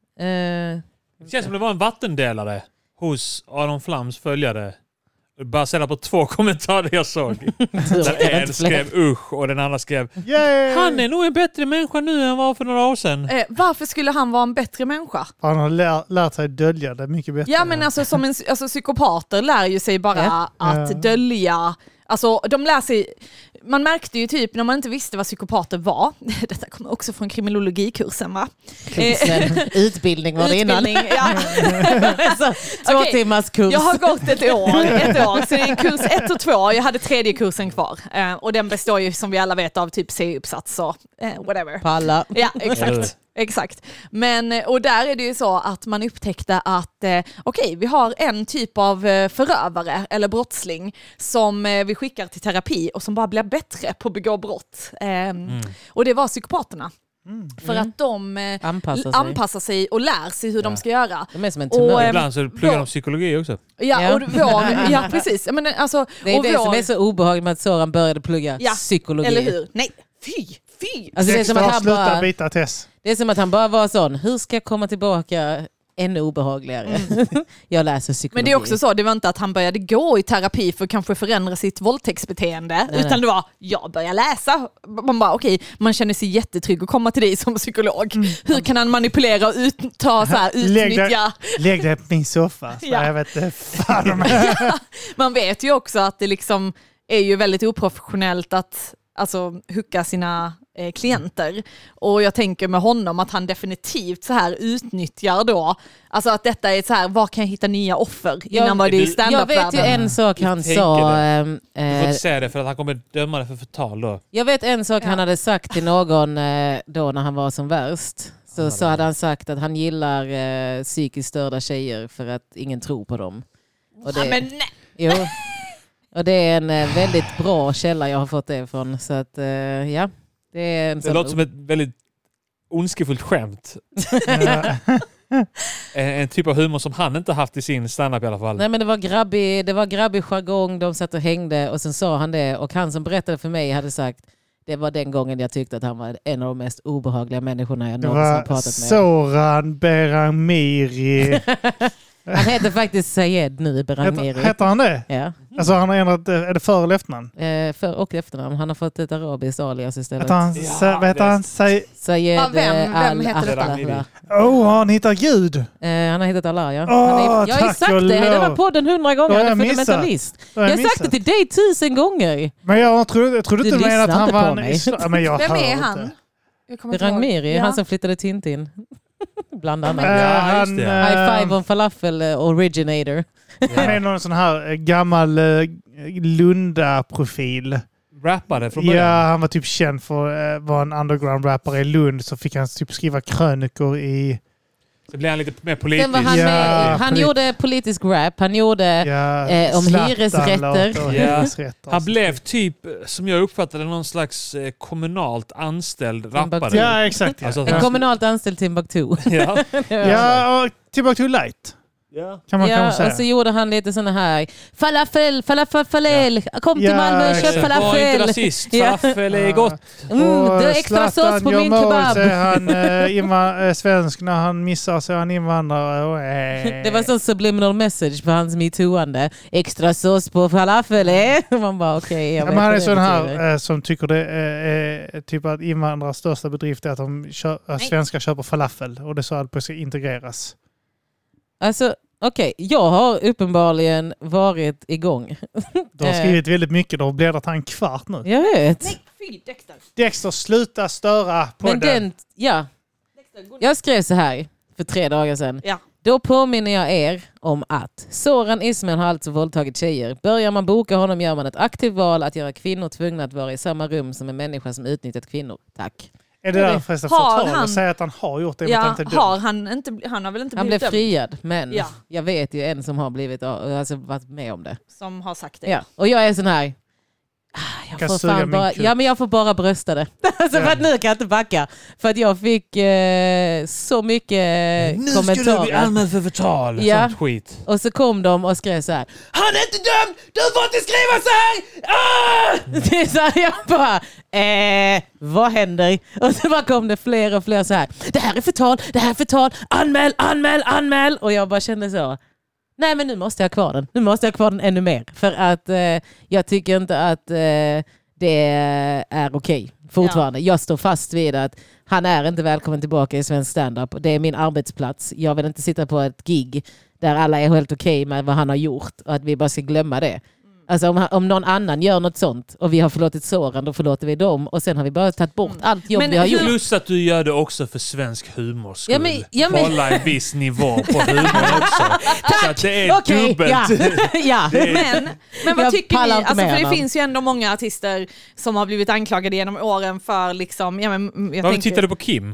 Det känns som det var en vattendelare hos Aron Flams följare. Bara sätta på 2 kommentarer jag såg. Där en skrev usch och den andra skrev han är nog en bättre människa nu än var för några år sedan. Varför skulle han vara en bättre människa? Han har lärt sig dölja det mycket bättre. Ja, men alltså psykopater lär ju sig bara att dölja. Alltså de lär sig. Man märkte ju typ när man inte visste vad psykopater var. Detta kommer också från kriminologikursen, va? Utbildning var det innan. Ja. 2 timmars kurs. Jag har gått ett år. Så det är kurs 1 och 2. Jag hade 3:e kursen kvar. Och den består ju som vi alla vet av typ C-uppsats och whatever. Palla. Ja, exakt. Men, och där är det ju så att man upptäckte att vi har en typ av förövare eller brottsling som vi skickar till terapi och som bara blir bättre på att begå brott. Och det var psykopaterna. För att de anpassar sig och lär sig hur de ska göra. De är som en tumör. Ibland så pluggar de psykologi också. Ja, precis. Men, alltså, det är det som är så obehagligt med att Soran började plugga psykologi. Eller hur? Nej, fy! Alltså, det är som att han bara, bita Tess. Det är som att han bara var sån, hur ska jag komma tillbaka ännu obehagligare? Jag läser psykologi. Men det är också så, det var inte att han började gå i terapi för att kanske förändra sitt våldtäktsbeteende. Utan det var, jag börjar läsa. Man bara, man känner sig jättetrygg att komma till dig som psykolog. Hur kan han manipulera och utnyttja? Lägg dig på min soffa. Jag vet inte, fan. Man vet ju också att det liksom är ju väldigt oprofessionellt att hucka sina klienter. Och jag tänker med honom att han definitivt så här utnyttjar då. Alltså att detta är så här, var kan jag hitta nya offer innan var det i stand-up-världen? Jag vet ju en sak han sa. Du får inte säga det för att han kommer döma det för förtal då. Jag vet en sak han hade sagt till någon då när han var som värst. Så hade han sagt att han gillar psykiskt störda tjejer för att ingen tror på dem. Och det, men nej! Jo. Och det är en väldigt bra källa jag har fått det ifrån. Så att, ja. Det låter som ett väldigt ondskefullt skämt. En typ av humor som han inte haft i sin stand-up i alla fall. Nej, men det var grabbig jargong, de satt och hängde och sen sa han det. Och han som berättade för mig hade sagt, det var den gången jag tyckte att han var en av de mest obehagliga människorna jag någonsin har pratat med. Soran Beramiri. Han heter faktiskt Sayed nu, Beramiri. Heter han det? Ja. Alltså han har ändrat, är det för eller efternamn? För och efternamn. Han har fått ett arabiskt alias istället. Heter han Sayed vem heter det? Han hittar Gud. Han har hittat Allah, ja. Jag har sagt det i den här podden 100 gånger. Han är fundamentalist. Jag har sagt det till dig 1000 gånger. Men jag trodde inte du menade att han var en... Vem är han? Beramiri, han som flyttade Tintin. Bland annat. High five on falafel originator. Han är någon sån här gammal Lunda-profil. Rappare från början. Ja, han var typ känd för att vara en underground-rappare i Lund. Så fick han typ skriva krönikor i Så blir han lite mer politisk. Sen var han med, han gjorde politisk rap, han gjorde om hyresrätter. Han blev typ, som jag uppfattade, någon slags kommunalt anställd rappare. Ja, exakt. Ja. Alltså, en kommunalt anställd Timbuktu. Ja, och Timbuktu Light. Kan man säga. Och så gjorde han lite såna här falafel, kom till Malmö och köp falafel. Var inte rasist, falafel är gott. Det är extra sås på min kebab. Han svensk när han missar så han invandrare. Det var sån subliminal message på hans MeToo-ande. Extra sås på falafel. Man bara okej. Men han är sån här som tycker det är typ att invandrarnas största bedrift är att svenskar köper falafel och det så att det ska integreras. Alltså, okej. Jag har uppenbarligen varit igång. Du har skrivit väldigt mycket. Du har bläddrat en kvart nu. Jag vet. Nej, fy Dexter. Dexter, sluta störa podden. Jag skrev så här för 3 dagar sedan. Ja. Då påminner jag er om att Soran Ismail har alltså våldtagit tjejer. Börjar man boka honom gör man ett aktivt val att göra kvinnor tvungna att vara i samma rum som en människa som utnyttjat kvinnor. Tack. Är det därför förtal att säga att han har gjort det? Ja, han har väl inte blivit Han blev dömd. friad, men jag vet ju en som har blivit, alltså varit med om det. Som har sagt det. Ja. Och jag är sån här, jag får bara brösta det. Alltså, för att nu kan jag inte backa. För att jag fick så mycket kommentarer. Nu skulle du bli anmäld för förtal. Sånt skit. Och så kom de och skrev så här: han är inte dömd! Du får inte skriva så här! Det är så här, jag bara, vad händer? Och så bara kom det fler och fler så här: det här är förtal, anmäl! Och jag bara kände så, nej men nu måste jag ha kvar den. Nu måste jag ha kvar den ännu mer. För att jag tycker inte att det är okej fortfarande. Jag står fast vid att han är inte välkommen tillbaka i svensk stand-up. Det är min arbetsplats. Jag vill inte sitta på ett gig där alla är helt okej med vad han har gjort och att vi bara ska glömma det. Alltså om någon annan gör något sånt och vi har förlåtit Soran, då förlåter vi dem och sen har vi bara tagit bort allt jobb vi har gjort. Plus att du gör det också för svensk humor skull. Hålla en viss nivå på humor också. Så att det är dubbelt. Ja. Men vad tycker ni? Alltså, för det finns ju ändå många artister som har blivit anklagade genom åren för liksom... Varför tittar du på Kim?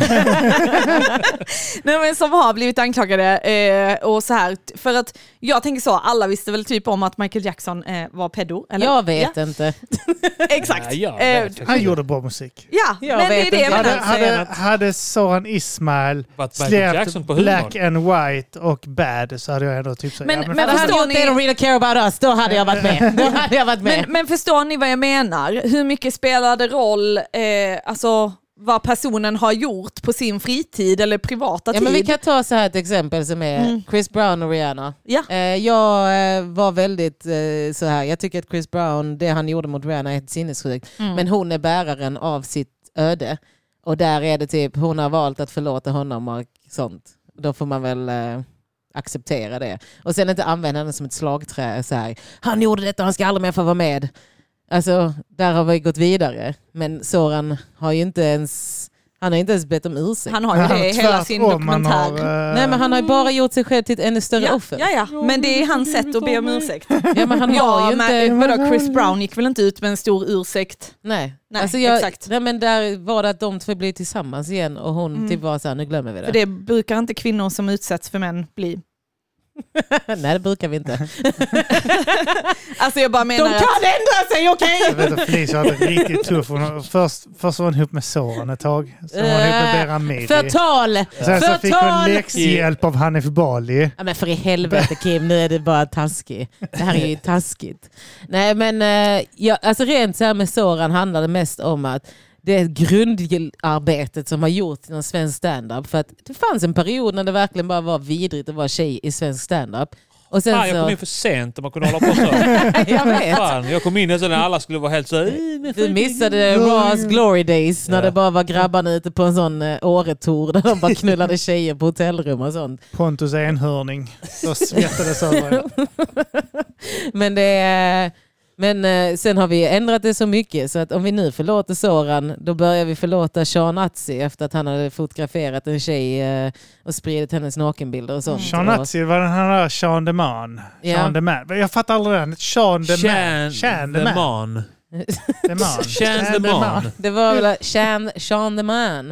Nej, men som har blivit anklagade och så här. För att jag tänker så, alla visste väl typ om att Michael Jackson var pedo, eller? Jag vet inte. Exakt. Han gjorde bra musik. Ja, men det är det jag menar. Hade Soran Ismail släppt Black and White och Bad så hade jag ändå typ så. Men förstår ni... Don't really care about us, då hade jag varit med. Men förstår ni vad jag menar? Hur mycket spelar det roll alltså vad personen har gjort på sin fritid eller privata tid? Men vi kan ta så här ett exempel som är Chris Brown och Rihanna. Ja. Jag var väldigt så här, jag tycker att Chris Brown, det han gjorde mot Rihanna är helt sinnessjukt. Men hon är bäraren av sitt öde. Och där är det typ, hon har valt att förlåta honom och sånt. Då får man väl acceptera det. Och sen inte använda henne som ett slagträ så här. Han gjorde detta, han ska aldrig mer få vara med. Alltså, där har vi gått vidare. Men Soran har ju inte ens... Han har inte ens bett om ursäkt. Han har ju det hela sin dokumentär. Nej, men han har ju bara gjort sig själv till ett ännu större offer. Ja, men det är hans sätt att be om ursäkt. Ja, men han har ju inte... Chris Brown gick väl inte ut med en stor ursäkt? Nej, alltså exakt. Nej, men där var det att de två blev tillsammans igen och hon typ var så här, nu glömmer vi det. För det brukar inte kvinnor som utsätts för män bli. Nej, det brukar vi inte. Alltså jag bara menar de kan ändra sig, okej? Jag vet att Felicia hade riktigt tuff. Först var hon ihop med Soran ett tag. Sen var hon ihop med Beran Miri. Förtal! Sen så fick hon läxhjälp av Hanif Bali. Ja, men för i helvete Kim, nu är det bara taskigt. Det här är ju taskigt. Nej, men alltså rent så här med Soran handlade mest om att det är grundarbetet som har gjort inom svensk stand-up. För att det fanns en period när det verkligen bara var vidrigt att vara tjej i svensk stand-up. Och sen jag kom in för sent om man kunde hålla på så. Jag vet. Jag kom in så när alla skulle vara helt så... Du missade Raws Glory Days när det bara var grabbarna ute på en sån åretour där de bara knullade tjejer på hotellrum och sånt. Pontus enhörning. Så svettades över. Men sen har vi ändrat det så mycket så att om vi nu förlåter Soran, då börjar vi förlåta Sean Atzi efter att han hade fotograferat en tjej och spridit hennes nakenbilder och sånt. Sean Atzi var den här Sean the Man. Sean the Man. Jag fattar aldrig den. Sean the Man. Sean the Man. The Man. Sean the Man. Det var väl Sean the Man.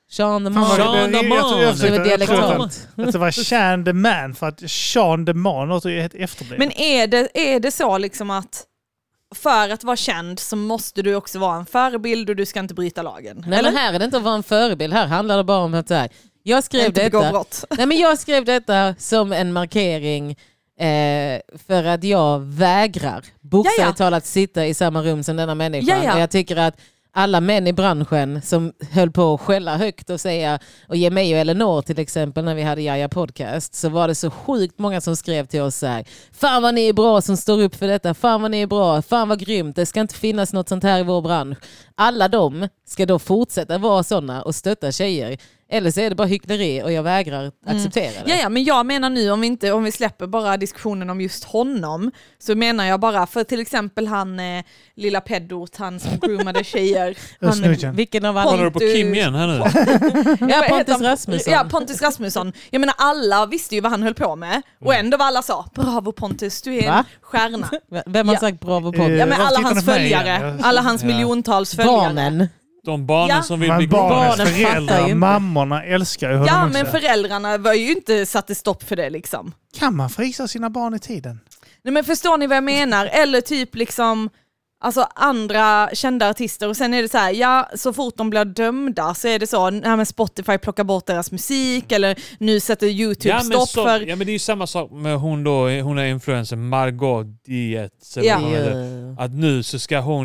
Sean the Man. Det var dialektalt. Det var Sean the Man, för att Sean the Man låter ju helt efterblivet. Men är det så liksom att för att vara känd så måste du också vara en förebild och du ska inte bryta lagen? Nej, men här är det inte att vara en förebild. Här handlar det bara om att jag skrev detta. Nej, men jag skrev detta som en markering för att jag vägrar bokstavligt talat sitta i samma rum som denna människa. Och jag tycker att alla män i branschen som höll på att skälla högt och säga, och ge mig och Eleanor till exempel när vi hade Jaja podcast, så var det så sjukt många som skrev till oss så här: fan vad ni är bra som står upp för detta, fan vad ni är bra, fan vad grymt, det ska inte finnas något sånt här i vår bransch. Alla de ska då fortsätta vara sådana och stötta tjejer. Eller så är det bara hyckleri och jag vägrar acceptera det. Ja, men jag menar nu om vi släpper bara diskussionen om just honom, så menar jag bara för till exempel han lilla pedot, han som groomade tjejer. Vilken av alla? Håller du på Kim igen här nu? Ja, Pontus Rasmusson. Ja, Pontus Rasmusson. Jag menar alla visste ju vad han höll på med och ändå var alla sa, bravo Pontus, du är en stjärna. Vem har sagt bravo Pontus? Ja, men alla hans följare, alla hans miljontals följare. Barnen. De barnen som vill bli barnens föräldrar, mammorna älskar ju honom. Ja, men föräldrarna var ju inte satte stopp för det liksom. Kan man frisa sina barn i tiden? Nej, men förstår ni vad jag menar? Eller typ liksom alltså andra kända artister, och sen är det så här, så fort de blir dömda så är det så, när Spotify plockar bort deras musik eller nu sätter YouTube stopp för... Ja, men det är ju samma sak med hon är influencer, Margot Dietz. Att nu så ska hon,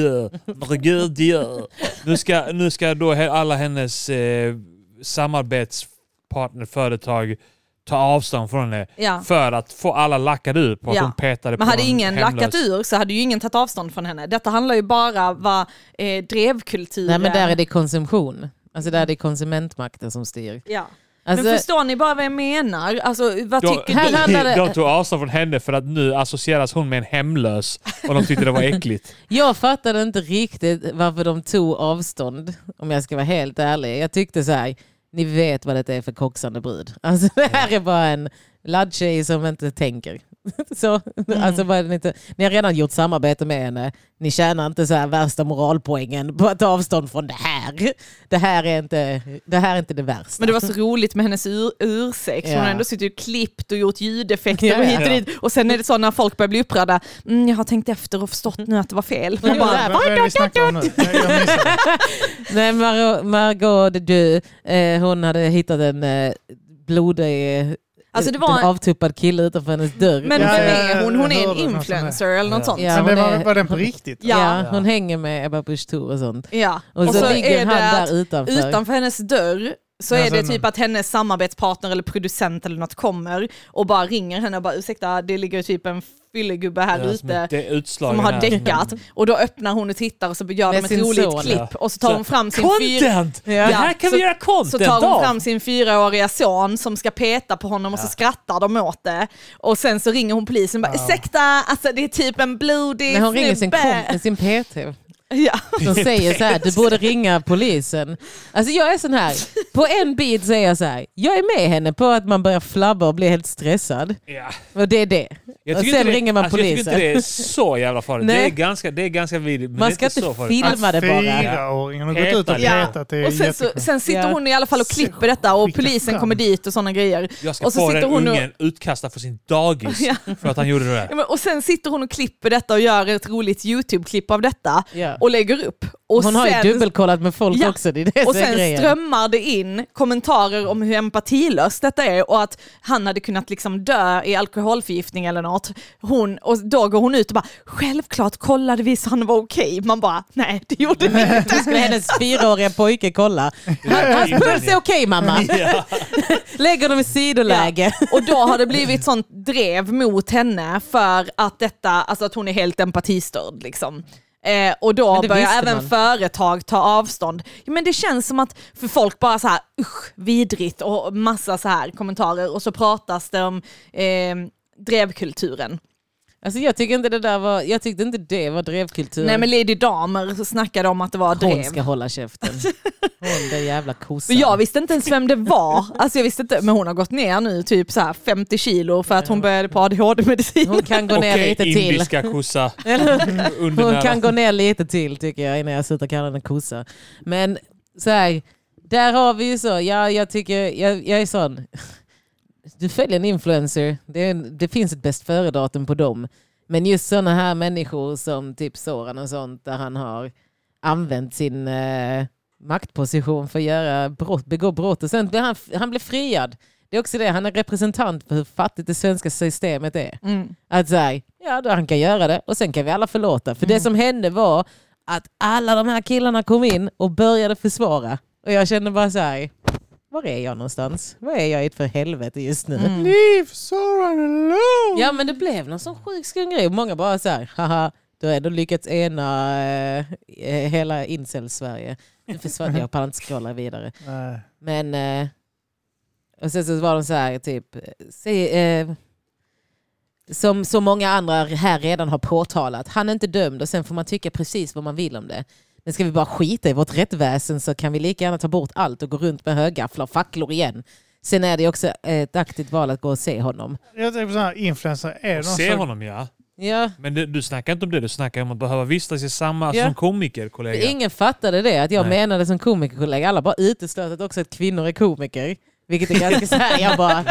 nu ska då alla hennes samarbetspartnerföretag ta avstånd från det för att få alla lackade ut på att hon petade på. Men hade ingen lackat ur så hade ju ingen tagit avstånd från henne. Detta handlar ju bara om vad drevkultur. Nej, men där är det konsumtion. Alltså där är det konsumentmakten som styr. Ja. Alltså, men förstår ni bara vad jag menar? Alltså, vad tycker du? De tog avstånd från henne för att nu associeras hon med en hemlös och de tyckte det var äckligt. Jag fattade inte riktigt varför de tog avstånd, om jag ska vara helt ärlig. Jag tyckte så här, ni vet vad det är för koksande brud. Alltså det här är bara en laddtjej som inte tänker. Så, alltså, ni har redan gjort samarbete med henne. Ni tjänar inte så här värsta moralpoängen på att ta avstånd från det här. Det här är inte det värsta. Men det var så roligt med hennes ursäkt. Hon har ändå suttit och klippt och gjort ljudeffekter och hit och dit. Och sen är det så när folk börjar bli upprörda. Jag har tänkt efter och förstått nu att det var fel. Vad är det vi snackar om nu? Nej, Margot hon hade hittat en blodig... Alltså det var en avtuppad kille utanför hennes dörr. Men vem är hon? Hon är en influencer eller något sånt. Ja, men var den på riktigt? Ja, hon hänger med Ebba Busch Thor och sånt. Ja. Och så ligger han där utanför hennes dörr. Så är det typ att hennes samarbetspartner eller producent eller något kommer och bara ringer henne och bara ursäkta, det ligger typ en fyllegubbe här ute som har däckat. Och då öppnar hon och tittar och så gör de ett roligt klipp och så tar hon fram sin content! Det här kan vi göra content. Så tar hon fram sin 4-åriga son som ska peta på honom och så skrattar de åt det. Och sen så ringer hon polisen och bara ursäkta, alltså det är typ en blodig snubbe. Hon ringer sin PT. Ja. De säger så här, du borde ringa polisen. Alltså jag är sån här, på en bit säger jag så här, jag är med henne på att man börjar flabba och bli helt stressad. Ja. Och det är det. Och sen ringer man polisen. Jag tycker inte det är så jävla farligt. Det är ganska vidrigt. Man ska inte filma det bara. 4-åringen har gått ut och petat. Och sen sitter hon i alla fall och klipper detta och polisen kommer dit och såna grejer. Jag ska och så få den ungen utkastad för sin dagis för att han gjorde det där. Ja, och sen sitter hon och klipper detta och gör ett roligt YouTube-klipp av detta och lägger upp. Och hon har ju dubbelkollat med folk också. Det är det och sen strömmar det in kommentarer om hur empatilöst detta är och att han hade kunnat liksom dö i alkoholförgiftning eller något. Och då går hon ut och bara, självklart kollade vi så han var okej. Man bara, nej det gjorde vi inte. Skulle hennes 4-åriga pojke kolla. Hans puls är okej, mamma. Lägger dem i sidoläge. Ja. Och då har det blivit sånt drev mot henne för att detta, alltså att hon är helt empatistörd liksom. Och då börjar även företag ta avstånd. Ja, men det känns som att för folk bara så här vidrigt och massa så här kommentarer och så pratas det om drevkulturen. Alltså jag tyckte inte det var drevkultur. Nej, men Lady Damer så snackade om att det var drev. Hon ska hålla käften. Hon den jävla kossan. Jag visste inte ens vem det var. Alltså jag visste inte, men hon har gått ner nu typ så här 50 kilo för att hon började på ADHD-medicin. Hon kan gå ner lite till. Indiska kossa. Hon kan gå ner lite till tycker jag innan jag slutar kalla den kossa. Men så här, där har vi ju så. Jag tycker, jag är sån. Du följer en influencer. Det finns ett bäst före-datum på dem. Men just såna här människor som typ Soran och sånt, där han har använt sin maktposition för att begå brott. Och sen han blir friad. Det är också det, han är representant för hur fattigt det svenska systemet är. Att säga, då han kan göra det och sen kan vi alla förlåta. För det som hände var att alla de här killarna kom in och började försvara. Och jag kände bara så här, var är jag någonstans? Vad är jag i för helvete just nu? Leave Soran alone! Ja, men det blev någon sån sjuk skum grej. Och många bara så här, haha, då är du lyckats ena hela incel-Sverige. Nu försvann jag på inte scrolla vidare. Men och sen så var de så här typ som så många andra här redan har påtalat. Han är inte dömd och sen får man tycka precis vad man vill om det. Men ska vi bara skita i vårt rättväsen så kan vi lika gärna ta bort allt och gå runt med högafflar och facklor igen. Sen är det också ett aktivt val att gå och se honom. Jag tänker på sådana här influencer. Är se honom, ja. Men du snackar inte om det. Du snackar om att behöva vistas i samma som komikerkollega. Ingen fattade det. Att jag menade som komikerkollega. Alla bara uteslöt också att kvinnor är komiker. Vilket är ganska så här.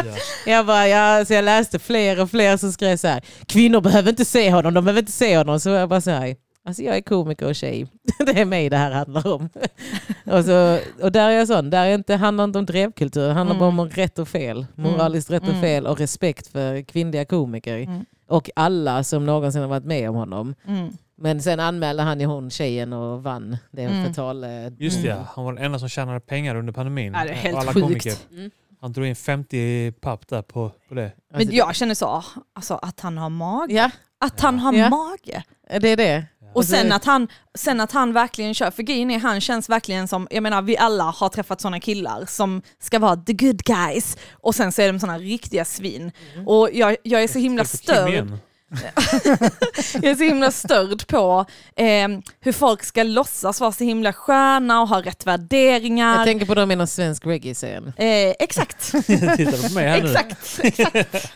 Jag läste fler och fler som skrev så här. Kvinnor behöver inte se honom. De behöver inte se honom. Så jag bara så här. Alltså jag är komiker och tjej. Det är mig det här handlar om. och där är jag sån. Där handlar inte om drevkultur. Det handlar bara om rätt och fel. Moraliskt rätt och fel. Och respekt för kvinnliga komiker. Och alla som någonsin har varit med om honom. Men sen anmälde han ju tjejen och vann. Det är en förtal. Just det, han var den enda som tjänade pengar under pandemin. Ja, det är helt alla sjukt. Komiker. Han drog in 50 papp där på det. Men jag känner så, alltså att han har mage. Ja. Att han har mage. Det är det. Och sen att han verkligen kör. För grejen är, han känns verkligen som, jag menar vi alla har träffat såna killar som ska vara the good guys. Och sen så är de såna riktiga svin. Och jag är så himla störd. Jag är så himla störd på hur folk ska låtsas vara så himla sköna och ha rätt värderingar. Jag tänker på dem i någon svensk reggae-scen. Exakt. Tittar på mig här nu. Exakt.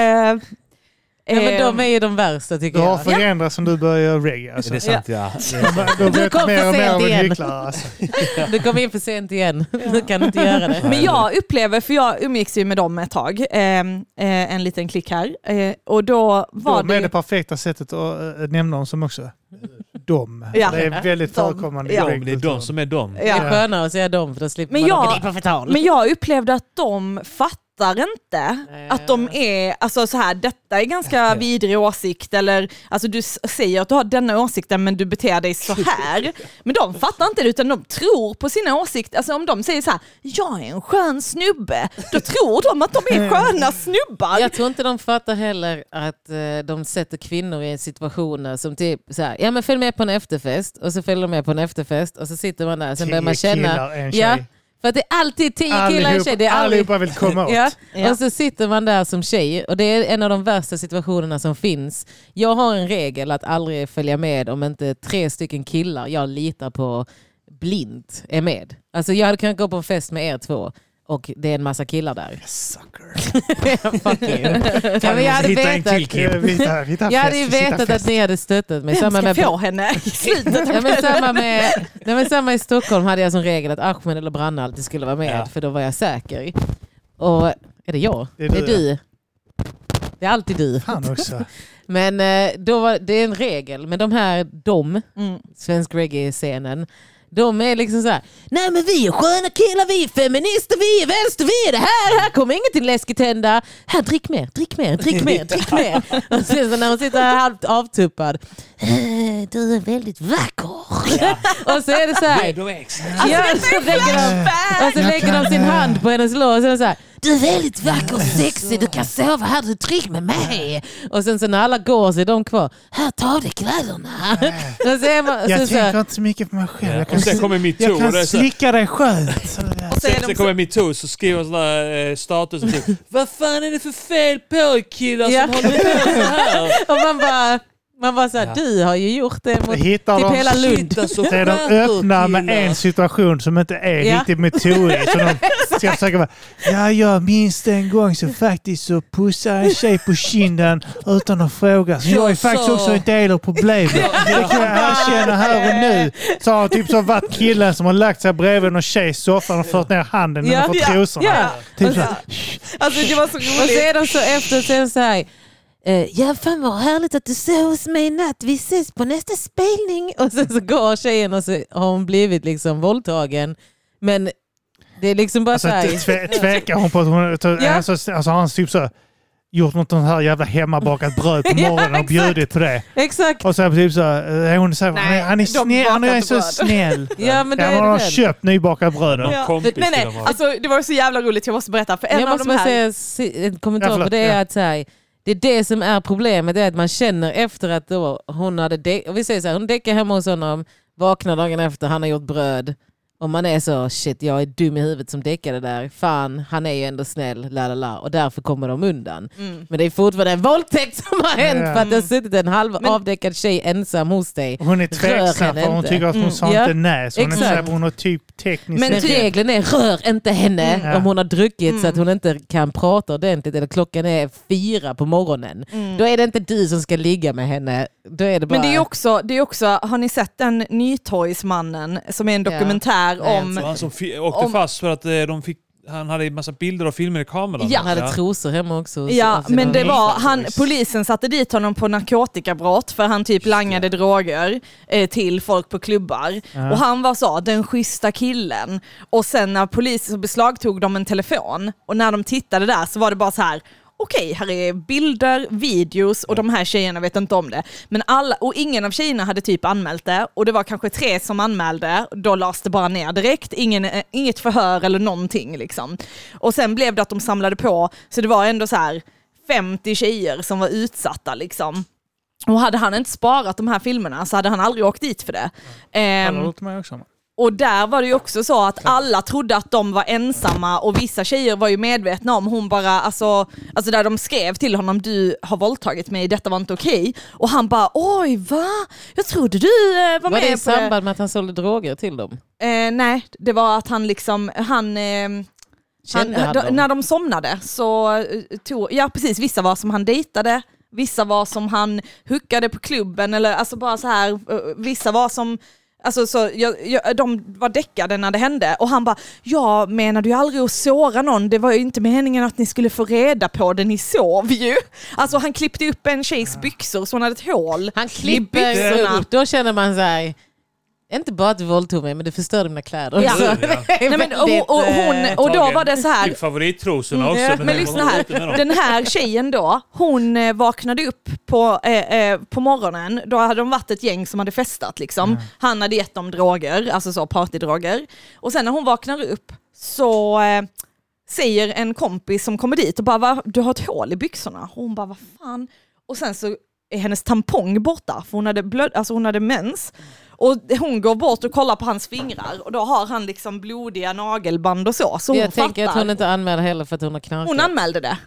Ja, men de är ju de värsta tycker jag. Du har förändrats som du börjar göra reggae. Alltså. Det är sant, Du kom mer och mer för av sent en igen. hycklare. Alltså. Du kom in för sent igen. Du kan inte göra det. Men jag upplever, för jag umgicks ju med dem ett tag, en liten klick här. Och då var de är det perfekta sättet att nämna dem som också. De. Ja. Det är väldigt förekommande. Ja. Det är de som är de. Det är skönare att säga dem för då slipper man åka dit på förtal. Men jag upplevde att de fattar inte att de är, alltså så här, detta är ganska vidrig åsikt, eller alltså du säger att du har denna åsikten men du beter dig så här. Men de fattar inte det, utan de tror på sina åsikter. Alltså om de säger så här, jag är en skön snubbe, då tror de att de är sköna snubbar. Jag tror inte de fattar heller att de sätter kvinnor i situationer som typ så här, ja men följ med på en efterfest, och så följer de med på en efterfest och så sitter man där, sen börjar man känna killar, en tjej. för att det är alltid 10 killar en tjej. Allihopa vill komma åt. Ja. Och så sitter man där som tjej. Och det är en av de värsta situationerna som finns. Jag har en regel att aldrig följa med om inte 3 stycken killar jag litar på blint är med. Alltså jag hade kunnat gå på en fest med er 2. Och det är en massa killar där. Sucker. Fuck you. Ja, jag hade vetat att ni hade stöttat mig. Vem ska få henne i slutet? Samma i Stockholm hade jag som regel att Ahmed eller Branne alltid skulle vara med. För då var jag säker. Och är det jag? Det är du. Det är alltid du. Han också. Men då var det är en regel. Men de här, svensk reggae-scenen, de är liksom så här, nej men vi är sköna killar, vi är feminister, vi är vänster, vi är det här kommer ingenting läskigt hända. Här, drick mer. Och sen så när hon sitter halvt avtuppad, du är väldigt vacker. Ja. Och så är det så här, så lägger de sin hand på hennes lår och så är det så här, du är väldigt vacker och sexig, du kan sova här, du trygg med mig. Och sen så när alla går så är de kvar, här, ta av dig kläderna. Jag tänker inte så mycket på mig själv. Och sen kommer mitt jag kan slicka dig skönt. Sen kommer mitt too, så skriver jag sådana status och typ, vad fan är det för fel på killar som håller på så här? Och man bara såhär, du har ju gjort det mot typ hela Lund. Så är de öppna med en situation som inte är riktigt metodiskt. Så ska jag försöka vara, jag minns en gång så faktiskt så pussade en tjej på kinden utan att fråga. Så jag är faktiskt också en del av problemet. Det kan jag erkänna här och nu. Så har typ så varit killen som har lagt sig bredvid någon tjej i soffan och fört ner handen för trosorna. Ja. Typ så. Alltså det var så roligt. Och sedan så efter sen så här, ja fan vad härligt att du ser hos mig i natt. Vi ses på nästa spelning. Och sen så går tjejen och så har hon blivit liksom våldtagen. Men det är liksom bara alltså, så här. Tvekar hon på att hon... Alltså har han typ så gjort något sånt här jävla hemmabakat bröd på morgonen och bjudit på det. Exakt. Och så typ så hon säger han är snäll, han är så snäll. Ja, men han har köpt nybakat bröd. Nej, alltså det var så jävla roligt, jag måste berätta. För jag måste bara säga en kommentar på det är att så här, det är det som är problemet, är att man känner efter att då hon hade och vi säger så här, hon däckar hemma hos honom, vaknar dagen efter, han har gjort bröd. Och man är så, shit, jag är dum i huvudet som däckade där. Fan, han är ju ändå snäll, lalala. Och därför kommer de undan. Men det är fortfarande en våldtäkt som har hänt för att det har suttit en avdäckad tjej ensam hos dig. Hon är tveksam för hon tycker att hon sa inte nej. Så hon är så här, hon har typ tekniskt... Men regeln är, rör inte henne om hon har druckit så att hon inte kan prata ordentligt. Eller klockan är 4 på morgonen. Då är det inte du som ska ligga med henne. Då är det bara... Men det är också, har ni sett den Nytorgsmannen som är en dokumentär om... Han som åkte fast för att han hade en massa bilder och filmer i kameran. Ja. Han hade trosor hemma också. Ja, men det var... Polisen satte dit honom på narkotikabrott för han typ langade droger till folk på klubbar. Och han var så, den schyssta killen. Och sen när polisen beslagtog de en telefon och när de tittade där så var det bara så här... Okej, här är bilder, videos och de här tjejerna vet inte om det. Men ingen av tjejerna hade typ anmält det. Och det var kanske 3 som anmälde. Då lades det bara ner direkt. Inget förhör eller någonting liksom. Och sen blev det att de samlade på. Så det var ändå så här 50 tjejer som var utsatta liksom. Och hade han inte sparat de här filmerna så hade han aldrig åkt dit för det. Och där var det ju också så att alla trodde att de var ensamma och vissa tjejer var ju medvetna om hon bara, alltså där de skrev till honom, du har våldtagit mig, detta var inte okej. Och han bara, oj va? Jag trodde du var med det i på samband med att han sålde droger till dem? Nej, det var att han liksom, när de somnade så precis, vissa var som han dejtade, vissa var som han hookade på klubben eller alltså bara så här, vissa var som... Alltså så, de var däckade när det hände och han bara, jag menade ju aldrig att såra någon, det var ju inte meningen att ni skulle få reda på det, ni sov ju. Alltså han klippte upp en tjejs byxor så hon hade ett hål. Han klipper upp, då känner man så här, inte bara att du våldtog mig, men du förstörde mina kläder. Ja. Nej, men, och då var det så här. Favorittrosorna också. Men lyssna här. Den här tjejen då, hon vaknade upp på morgonen. Då hade de varit ett gäng som hade festat liksom. Han hade gett dem droger, alltså så partydroger. Och sen när hon vaknar upp så säger en kompis som kommer dit och bara, du har ett hål i byxorna. Och hon bara, vad fan? Och sen så är hennes tampong borta för hon hade mens. Och hon går bort och kollar på hans fingrar och då har han liksom blodiga nagelband och så hon tänker att hon inte anmälde heller för att hon har knarkat. Hon anmälde det.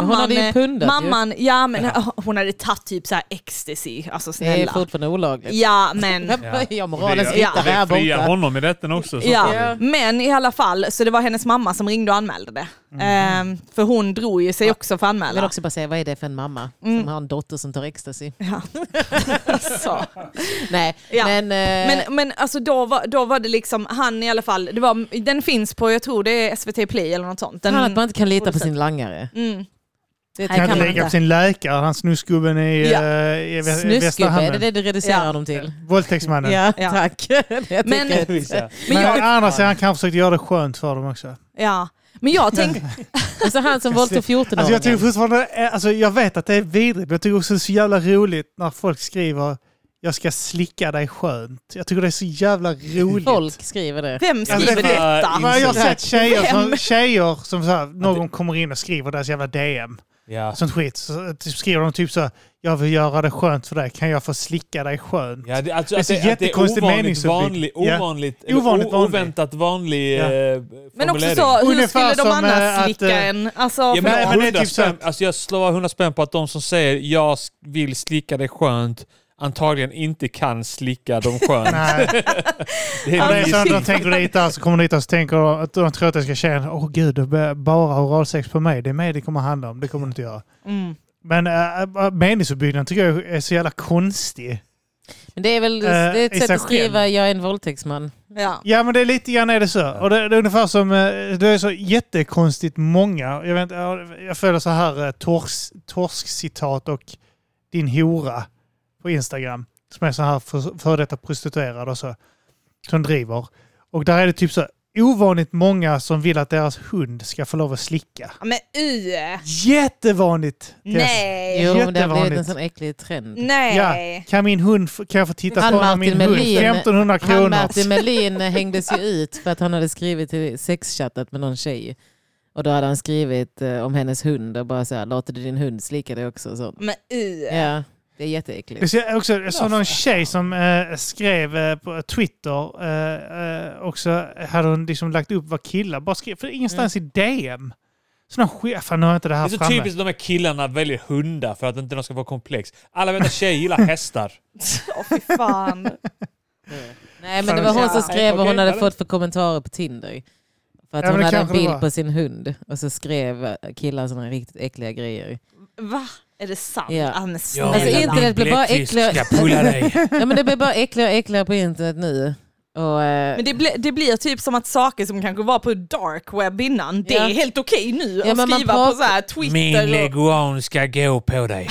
Hon hade tagit typ så här ecstasy, alltså snälla. Det är fortfarande olagligt. Ja, men moralen sitter här borta. Fria honom i rätten också. Men i alla fall så det var hennes mamma som ringde och anmälde det. För hon drog ju sig också för att anmäla. Jag vill också bara säga, vad är det för en mamma som har en dotter som tar ecstasy? Ja. Så. Nej, men alltså då var det liksom han i alla fall, den finns på, jag tror det är SVT Play eller något sånt. Att man inte kan lita på sin langare. Det kan inte lägga på sin läkare, han snusgubben i Västerhamn. Är det du reducerar honom till? Våldtäktsmannen. Ja, tack. Men andra sidan han kan försöka göra det skönt för dem också. Ja. Men jag tänkte... Alltså han som våldtog 14 år. Alltså jag tycker fortfarande, alltså jag vet att det är vidrigt, men jag tycker också det är så jävla roligt när folk skriver jag ska slicka dig skönt. Jag tycker det är så jävla roligt. Folk skriver det. Vem skriver detta? Jag har sett tjejer som så här, någon kommer in och skriver deras jävla DM. Ja. Sånt skit. Så skriver de typ så, jag vill göra det skönt för dig. Kan jag få slicka dig skönt? Ja, det är så jättekonstigt oväntat vanlig men också så, hur skulle de annars slicka en? Alltså, jag slår 100 spänn på att de som säger jag vill slicka dig skönt antagligen inte kan slicka dem skönt. Nej. Det är så de tänker dit där, så kommer de dit och så tänker att de tror att jag ska känna gud, det bara oralsex på mig. Det är mig det kommer handla om. Det kommer de inte göra. Men meningsuppbyggnaden tycker jag är så jävla konstig. Men det är väl det är ett sätt att skriva jag är en våldtäktsman. Ja, men det är lite grann är det så. Och det är ungefär som det är så jättekonstigt många. Jag följer så här torskcitat och din hora på Instagram. Som är så här för detta prostituerade och så. Som driver. Och där är det typ så ovanligt många som vill att deras hund ska få lov att slicka. Men jättevanligt. Nej. Jo, det har blivit en sån äcklig trend. Nej. Ja, kan jag få titta på min hund? 1500 kronor. Martin Melin hängdes ju ut för att han hade skrivit till sexchattat med någon tjej. Och då hade han skrivit om hennes hund och bara så här, låter du din hund slicka det också? Så. Men ja. Det är jätteäckligt. Jag såg någon tjej som skrev på Twitter också hade hon liksom lagt upp vad killar bara skrev. För ingenstans i DM. Sådana chefer har inte det här framme. Det är så typiskt att de här killarna väljer hundar för att inte de ska vara komplex. Alla vet att tjejer gillar hästar. Fy fan. Nej, men det var hon som skrev vad hon hade fått för kommentarer på Tinder. För att hon hade en bild på sin hund. Och så skrev killar sådana riktigt äckliga grejer. Va? Är det sant? Ja. Alltså internet blir bara äckligare. Ja, men det blir bara äckligare och äckligare på internet nu. Och, men det blir typ som att saker som kanske var på dark web innan, det är helt okej nu att skriva på så här Twitter. Min leguan ska gå på dig.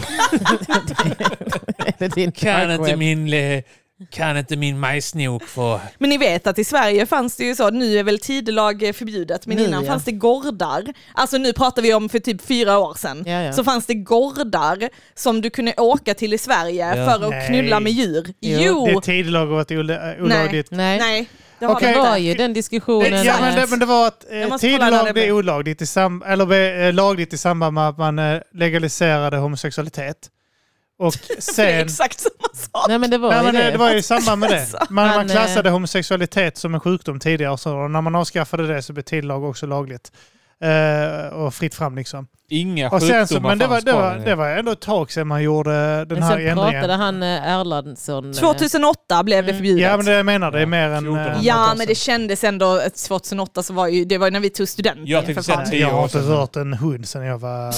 Kan inte min majsnok få... Men ni vet att i Sverige fanns det ju så, nu är väl tidelag förbjudet, men innan fanns det gårdar. Alltså nu pratar vi om för typ 4 år sedan. Ja. Så fanns det gårdar som du kunde åka till i Sverige för att knulla med djur. Jo. Det är tidelag och varit olagligt. Nej. Det var ju den diskussionen. Ja, men det var att tidelag blev olagligt lagligt i samband med att man legaliserade homosexualitet. Och sen... det är exakt samma sak. Nej, men det var ju i samband med det. Man klassade homosexualitet som en sjukdom tidigare. Så när man avskaffade det så blev tidelag också lagligt. Och fritt fram liksom. Inga sjukdomar men det var ändå ett tag sedan man gjorde den här ändringen. Sen pratade han Erlandsson. 2008 blev det förbjudet. Ja, men det jag menar, det är mer än... Ja, men det kändes ändå 2008 så var det var när vi tog studenten. Jag har inte rört en hund sedan jag var...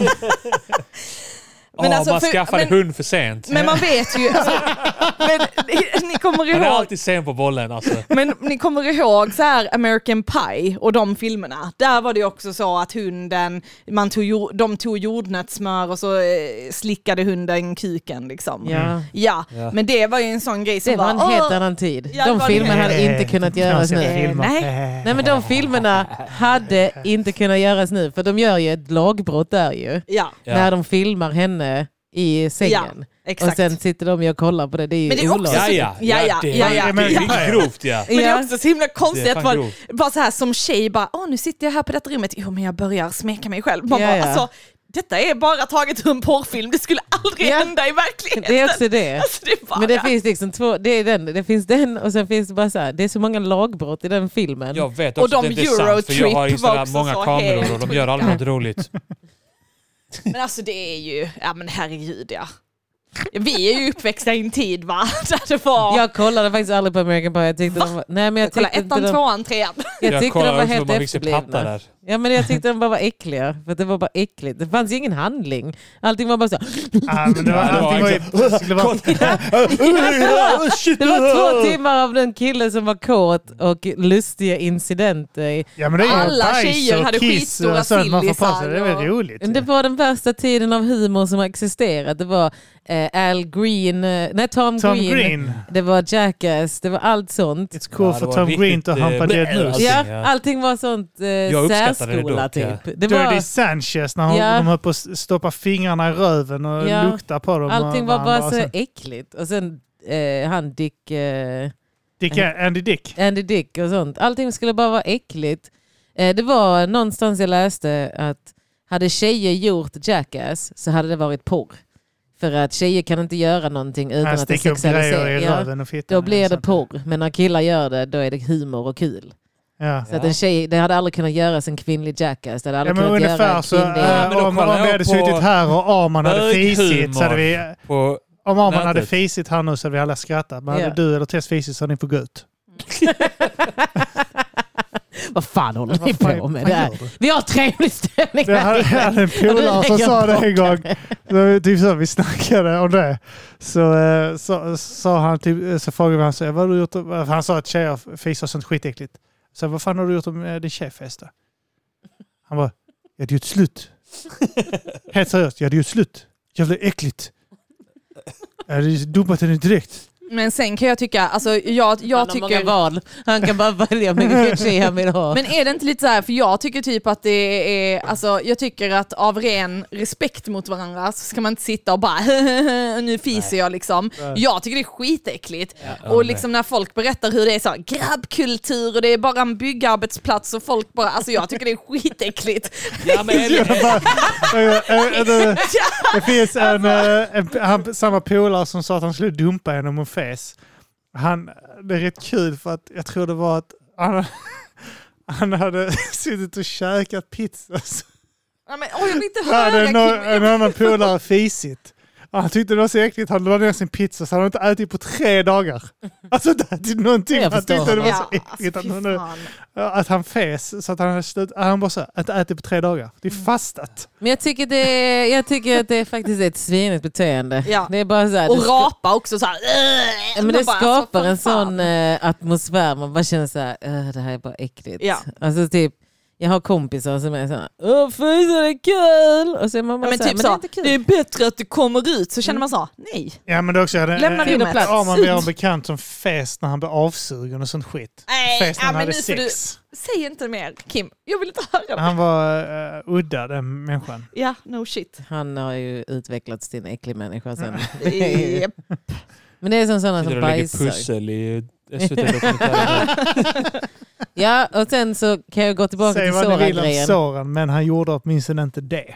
Men alltså, man skaffade hund för sent. Men man vet ju... Alltså, ni kommer ihåg... Man är alltid sen på bollen. Alltså. Men ni kommer ihåg så här American Pie och de filmerna. Där var det också så att hunden... De tog jordnötssmör och så slickade hunden kuken. Liksom. Ja. Men det var ju en sån grej som det var en helt annan tid. De filmerna hade inte kunnat göras nu. Nej, men de filmerna hade inte kunnat göras nu. För de gör ju ett lagbrott där ju. Ja. När de filmar henne i sängen. Exakt. Och sen sitter de och kollar på det. Det är ju olagligt. Det är grovt, ja. Men det är också så himla konstigt att bara så här som tjej bara, nu sitter jag här på detta rummet. Jo, men jag börjar smeka mig själv. Man bara, alltså, detta är bara taget ur en porrfilm. Det skulle aldrig hända i verkligheten. Det är också det. Alltså, det är bara... Men det finns liksom två, det finns den och sen finns det bara så här, det är så många lagbrott i den filmen. Jag vet också och att det är sant, för jag har installerat många kameror och de gör aldrig något roligt. Men alltså det är ju, men herregud ja. Vi är ju uppväxta i en tid va? Där det var... Jag kollade faktiskt aldrig på American Pie. Jag tyckte de var... Nej, men jag tyckte ettan, tvåan, trean. Jag tyckte de var helt efterblivna. Ja, men jag tyckte de bara var äckliga. För det var bara äckligt. Det fanns ju ingen handling. Allting var bara så... Det var 2 timmar av den killen som var kåt och lustiga incidenter. Ja, men det är alla tjejer hade skitstora sillisar. Det är väl roligt. Det var den värsta tiden av humor som har existerat. Det var Tom Green. Det var Jackass. Det var allt sånt. It's cool för Tom Green att hampa dead news. Ja, allting var sånt särskola typ. Det var Dirty Sanchez när de höll på att stoppa fingrarna i röven och lukta på dem. Allting var bara så äckligt. Och sen han Andy Dick och sånt. Allting skulle bara vara äckligt. Det var någonstans jag läste att hade tjejer gjort Jackass så hade det varit porr. För att tjejer kan inte göra någonting utan att det sexualiseras. Då blir det porr. Men när killar gör det, då är det humor och kul. Ja. Så att en tjej, det hade aldrig kunnat göras en kvinnlig Jackass. Det hade aldrig kunnat göra en kvinnlig... Om vi hade suttit här och Arman hade fisit så hade vi... Om man hade fisit här nu så hade vi alla skrattat. Men hade du eller Tess fisit så hade ni fått gå ut. Vad fan håller ni på med det här? Vi har trevlig stämning. Jag hade en polare som sa det en gång. Typ så, vi snackade om det. Så sa han typ, så frågade han så, vad har du gjort? Han sa att tjejer fisar sånt skitäckligt. Så vad fan har du gjort om din tjejfest då? Han bara, jag hade gjort slut. Helt seriöst, jag hade gjort slut. Jävla äckligt. Jag hade dumpat henne direkt. Men sen kan jag tycka, alltså jag tycker... många val. Han kan bara välja vilken tjej han vill ha. Men är det inte lite så här, för jag tycker typ att det är, alltså jag tycker att av ren respekt mot varandra så ska man inte sitta och bara nu fiser jag liksom. Jag tycker det är skitäckligt. Och liksom när folk berättar hur det är så grabbkultur och det är bara en byggarbetsplats och folk bara, alltså jag tycker det är skitäckligt. Ja, men det finns samma polare som sa att han skulle dumpa henne om hon fes. Det är rätt kul för att jag tror det var att han hade suttit och käkat pizza. Ja, men, jag vill inte höra. En annan polare fisit. Han tyckte det var så äckligt. Han lade ner sin pizza så han hade inte ätit på 3 dagar. Alltså det är någonting. Han tyckte det var så äckligt att han fes så att han hade slutat. Han bara så att ätit på 3 dagar. Det är fastat. Men jag tycker att det är faktiskt ett svinigt beteende. Ja. Det är bara så här, och rapa också så här. Men det skapar en sån atmosfär. Man bara känner så här, det här är bara äckligt. Ja. Alltså typ, jag har kompisar som är såhär, fy så det är kul! Och så är man bara men typ så, det är bättre att det kommer ut, så känner man så, nej. Ja, men det är också lämna din plats. Ja, man blir en bekant som fest när han blir avsugen och sånt skit. Nej, fest när han hade sex. Säg inte mer, Kim. Jag vill inte höra det. Han var udda, den människan. Ja, no shit. Han har ju utvecklats till en äcklig människa sen. Yep. Men det är som sådana som bajsar. Pussel i SVT-dokumentären. Ja, och sen så kan jag gå tillbaka till Soran-grejen. Säg vad ni vill om Soran, men han gjorde åtminstone inte det.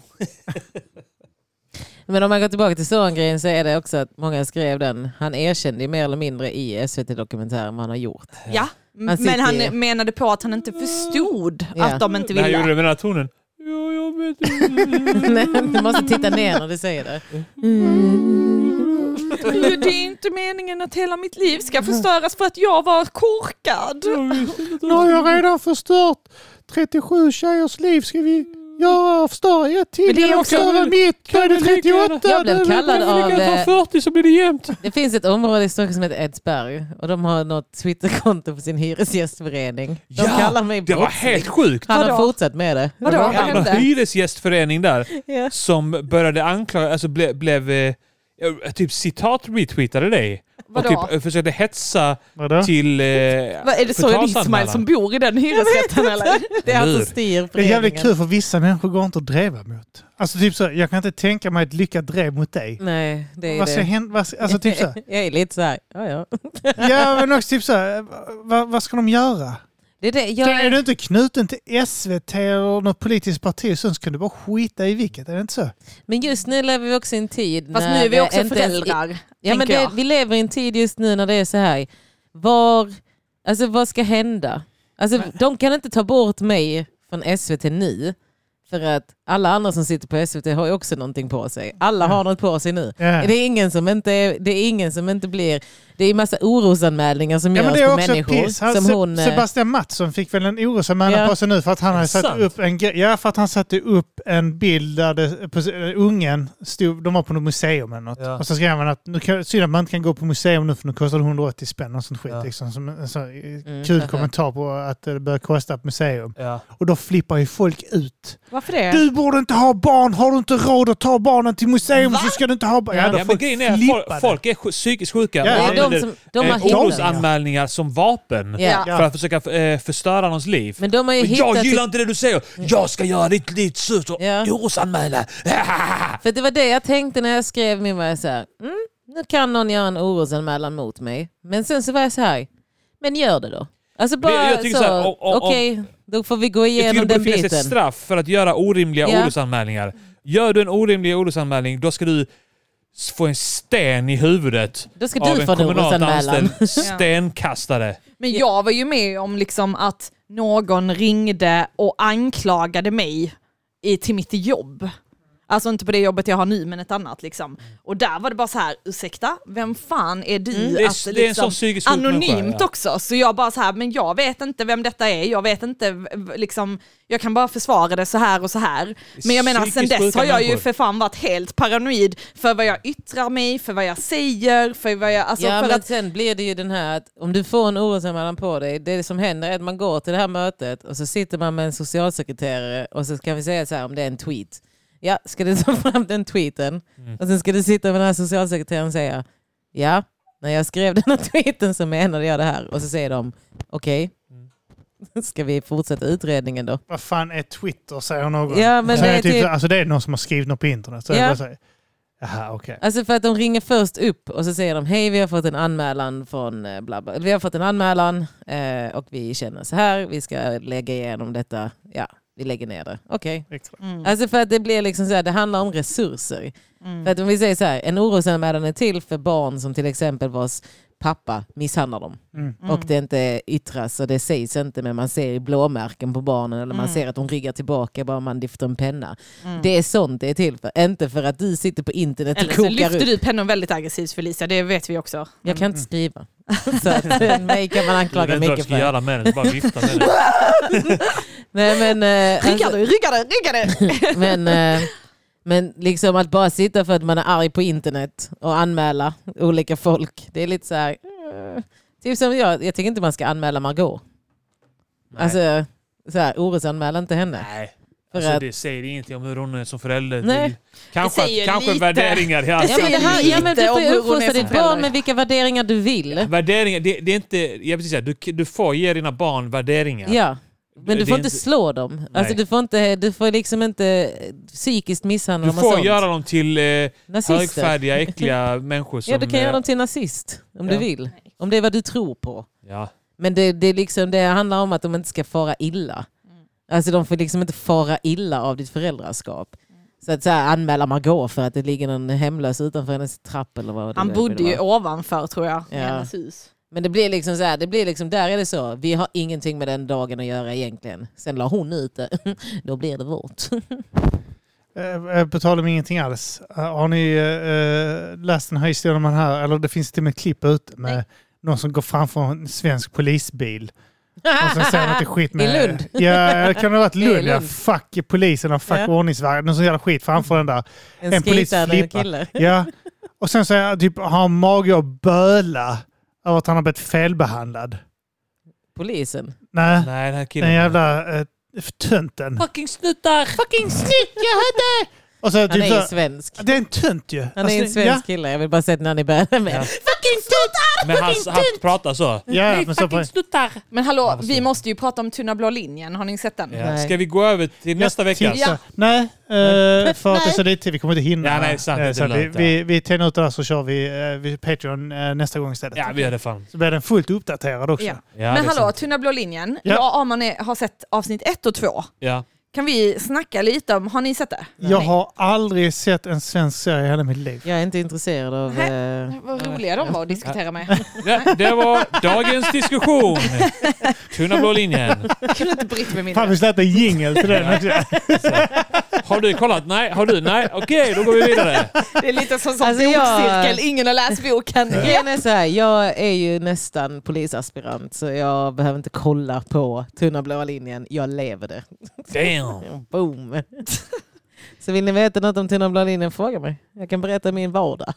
Men om man går tillbaka till Soran-grejen så är det också att många skrev den. Han erkände ju mer eller mindre i SVT-dokumentären vad han har gjort. Ja, men han menade på att han inte förstod att de inte ville. Han gjorde det med den här tonen. Ja, jag vet inte. Nej, du måste titta ner när du säger det. Det är inte meningen att hela mitt liv ska förstöras för att jag var korkad. Nu har jag redan förstört 37 tjejers liv. Ska vi förstöra ett till? Men det är också mitt. Är det 38? Jag blev kallad av... 40 så blir det jämnt. Det finns ett område i Stockholm som heter Edsberg. Och de har något Twitterkonto för sin hyresgästförening. De kallar mig det var helt sjukt. Han har fortsatt med det. Vadå? Det var en hyresgästförening där som började anklaga, alltså blev typ citat-retweetade dig. Vadå? Och typ försökte hetsa till är det så Ismail som bor i den hyresrätten eller? Det är alltså styr. Det är jävligt kul för vissa människor går inte att dreva mot. Alltså typ så, jag kan inte tänka mig ett lyckat drev mot dig. Nej, det är vad ska det. hända? Alltså typ så. Jag är lite så här, ja. Ja, men också typ så här, vad ska de göra? Det är det. Är du inte knuten till SVT och något politiskt parti så kan du bara skita i vilket, är det inte så? Men just nu lever vi också i en tid fast när nu är vi också inte föräldrar. Ja, men vi lever i en tid just nu när det är så här. Vad ska hända? Alltså, de kan inte ta bort mig från SVT nu. För att alla andra som sitter på SVT har ju också någonting på sig. Alla har något på sig nu. Det är ingen som inte blir... Det är en massa orosanmälningar som görs på människor. Sebastian Mattsson fick väl en orosanmälan på sig nu för att han hade satt upp för att han satte upp en bild där ungen stod, de var på något museum eller något. Ja. Och så skrev han att synd att man inte kan gå på museum nu för nu kostar det 180 spänn och sånt skit. Liksom, som en så kul kommentar på att det börjar kosta på museum. Ja. Och då flippar ju folk ut. Varför det? Du borde inte ha barn. Har du inte råd att ta barnen till museum så ska du inte ha barn. Ja, men grejen är folk är psykiskt sjuka. Ja, de har orosanmälningar som vapen för att försöka förstöra någons liv. Men de har ju jag gillar inte det du säger. Jag ska göra ditt liv surt och orosanmäla. För det var det jag tänkte när jag skrev min var så här, nu kan någon göra en orosanmälan mot mig. Men sen så var jag så här, men gör det då. Alltså bara okej, då får vi gå igenom den biten. Det finns ett straff för att göra orimliga orosanmälningar. Gör du en orimlig orosanmälning, då ska du få en sten i huvudet av en kommunalt anställd stenkastare. Men jag var ju med om liksom att någon ringde och anklagade mig till mitt jobb. Alltså inte på det jobbet jag har nu, men ett annat liksom. Och där var det bara så här, ursäkta, vem fan är du? Det är en sån psykisk anonymt också. Så jag bara så här, men jag vet inte vem detta är. Jag vet inte, liksom, jag kan bara försvara det så här och så här. Men jag menar, sen dess har jag ju för fan varit helt paranoid för vad jag yttrar mig, för vad jag säger, för vad jag... Alltså, ja, för men att, sen blir det ju den här att om du får en orosanmälan på dig, det som händer är att man går till det här mötet och så sitter man med en socialsekreterare och så kan vi säga så här om det är en tweet. Ja, ska du ta fram den tweeten och sen ska du sitta med den här socialsekreteraren och säga ja, när jag skrev den här tweeten så menade jag det här. Och så säger de, okej. Ska vi fortsätta utredningen då? Vad fan är Twitter, säger någon. Ja, men det är typ, alltså det är någon som har skrivit något på internet. Så jag bara säger, jaha, okej. Alltså för att de ringer först upp och så säger de, hej, vi har fått en anmälan från bla bla. Vi har fått en anmälan och vi känner så här, vi ska lägga igenom detta. Ja, vi lägger ner det. Okej. Alltså för att det blir liksom så här, det handlar om resurser. För att om vi säger så här, en orosanmälan är till för barn som till exempel vars pappa misshandlar dem. Och det inte yttras och det sägs inte, men man ser i blåmärken på barnen eller man ser att de ryggar tillbaka bara man lyfter en penna. Det är sånt det är till för. Inte för att du sitter på internet eller och kokar så lyfter ut. Du pennan väldigt aggressivt, Felicia, det vet vi också. Jag kan inte skriva. Så att mig kan man anklaga mycket för. Göra med det, bara vifta med det. Nej, men ryggar du. Men liksom att bara sitta för att man är arg på internet och anmäla olika folk. Det är lite så här... typ som jag tycker inte man ska anmäla Margot. Nej. Alltså, så här, orosanmäla inte henne. Nej. För alltså, att... det säger ingenting om hur hon är som förälder. Nej. Kanske värderingar. Ja, men du får ju uppfostra ditt barn med vilka värderingar du vill. Värderingar, det är inte... Jag vill säga, du får ge dina barn värderingar. Ja. Men du får inte slå dem. Alltså du får liksom inte psykiskt misshandla dem. Du får göra dem till högfärdiga, äckliga människor. Som, ja, du kan göra dem till nazist om du vill. Om det är vad du tror på. Ja. Men det handlar om att de inte ska fara illa. Alltså de får liksom inte fara illa av ditt föräldraskap. Så att anmäla Margot för att det ligger någon hemlös utanför hennes trapp eller vad det. Han bodde ju ovanför, tror jag, i hennes hus. Men det blir liksom så här, där är det så. Vi har ingenting med den dagen att göra egentligen. Sen la hon ut det. Då blir det vårt. På tal om ingenting alls. Har ni läst den här historien om man här? Eller det finns till och med klipp ute med någon som går framför en svensk polisbil. Och sen säger att det är skit med... I Lund? Ja, det kan ha varit Lund. Ja, fuck polisen och fuck ordningsvakten. Någon sån jävla skit framför den där. En polis flippar. Ja. Och sen säger jag typ, har mage att böla över att han har blivit felbehandlad. Polisen? Nej, den här killen. Den jävla tönten. Fucking snuttar! Fucking snitt, jag hade! Och så, han typ, är ju svensk. Det är en tönt ju. Han är en svensk kille. Jag vill bara säga när ni börjar med. Ja. Fucking snuttar! Men han pratar så. Ja, men fucking snuttar! Men hallå, vi måste ju prata om Tunna blå linjen. Har ni sett den? Ja. Ska vi gå över till nästa vecka? Ja. Nej, för att det är så lite. Vi kommer inte hinna. Ja, nej, sant, så vi tänder ut det där så kör vi Patreon nästa gång istället. Ja, vi gör det fan. Så blir den fullt uppdaterad också. Ja. Ja, men hallå, Tunna blå linjen. Ja, man har sett avsnitt 1 och 2. Ja. Kan vi snacka lite om, har ni sett det? Jag har aldrig sett en svensk serie i hela mitt liv. Jag är inte intresserad av... Vad roliga de var att diskutera med. Ja, det var dagens diskussion. Tunna blå linjen. Kunde inte bryta med min. Fan, vi släppte en jingle till den också. Har du kollat? Nej. Har du? Nej. Okej, då går vi vidare. Det är lite som bokcirkel. Ingen har läst boken. Jag är ju nästan polisaspirant så jag behöver inte kolla på Tunna blå linjen. Jag lever det. Damn. Boom. Så vill ni veta något om Tunna blå linjen, fråga mig. Jag kan berätta min vardag.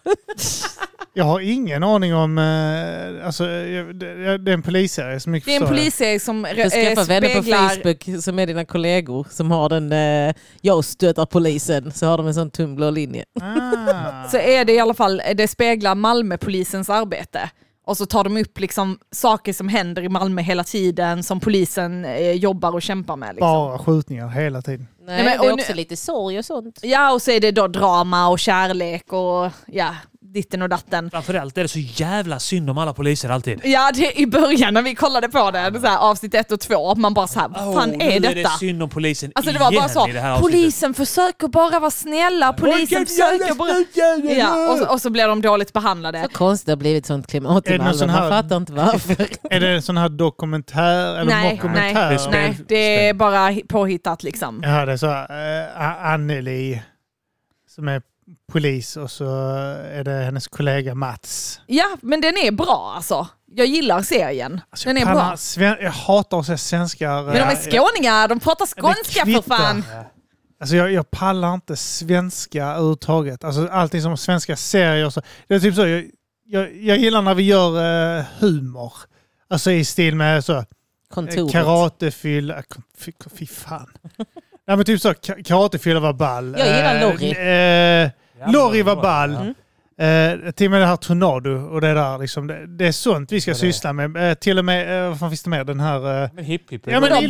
Jag har ingen aning om... alltså, det är en polisserie som mycket det är en polisserie som skaffa vänner på Facebook som är dina kollegor som har den... jag stöter polisen, så har de en sån Tunna blå linje. Så är det i alla fall... Det speglar Malmöpolisens arbete. Och så tar de upp liksom saker som händer i Malmö hela tiden som polisen jobbar och kämpar med. Liksom. Bara skjutningar hela tiden. Nej, men det är också lite sorg och sånt. Ja, och så är det då drama och kärlek och ditten och datten. Framförallt är det så jävla synd om alla poliser alltid. Ja, det i början när vi kollade på det, så här, avsnitt 1 och 2, man bara så här, vad fan är detta? Nu är det synd om polisen alltså det var bara så, polisen försöker bara vara snälla, polisen försöker bara... Ja, och så blir de dåligt behandlade. Så konstigt det har blivit sånt klimat i Malmö, man fattar inte varför. Är det en sån här dokumentär eller mockumentär? Nej, det är bara påhittat liksom. Ja, det är så Anneli... som är polis och så är det hennes kollega Mats. Ja, men den är bra alltså. Jag gillar serien. Alltså, den är bra. Jag hatar att se svenskar. Men de är skåningar, de pratar skånska för fan. Alltså jag pallar inte svenska överhuvudtaget. Alltså allting som svenska serier. Så, det är typ så, jag gillar när vi gör humor. Alltså i stil med så karatefylla. Fy fan. Nej men typ så, karatefylla var ball. Jag gillar Lorry. Lorry var ball. Till och med det här Tornado och det där liksom, det är sånt vi ska syssla med. Till och med, vad fan finns det med? Den här... Men hipp. Ja, men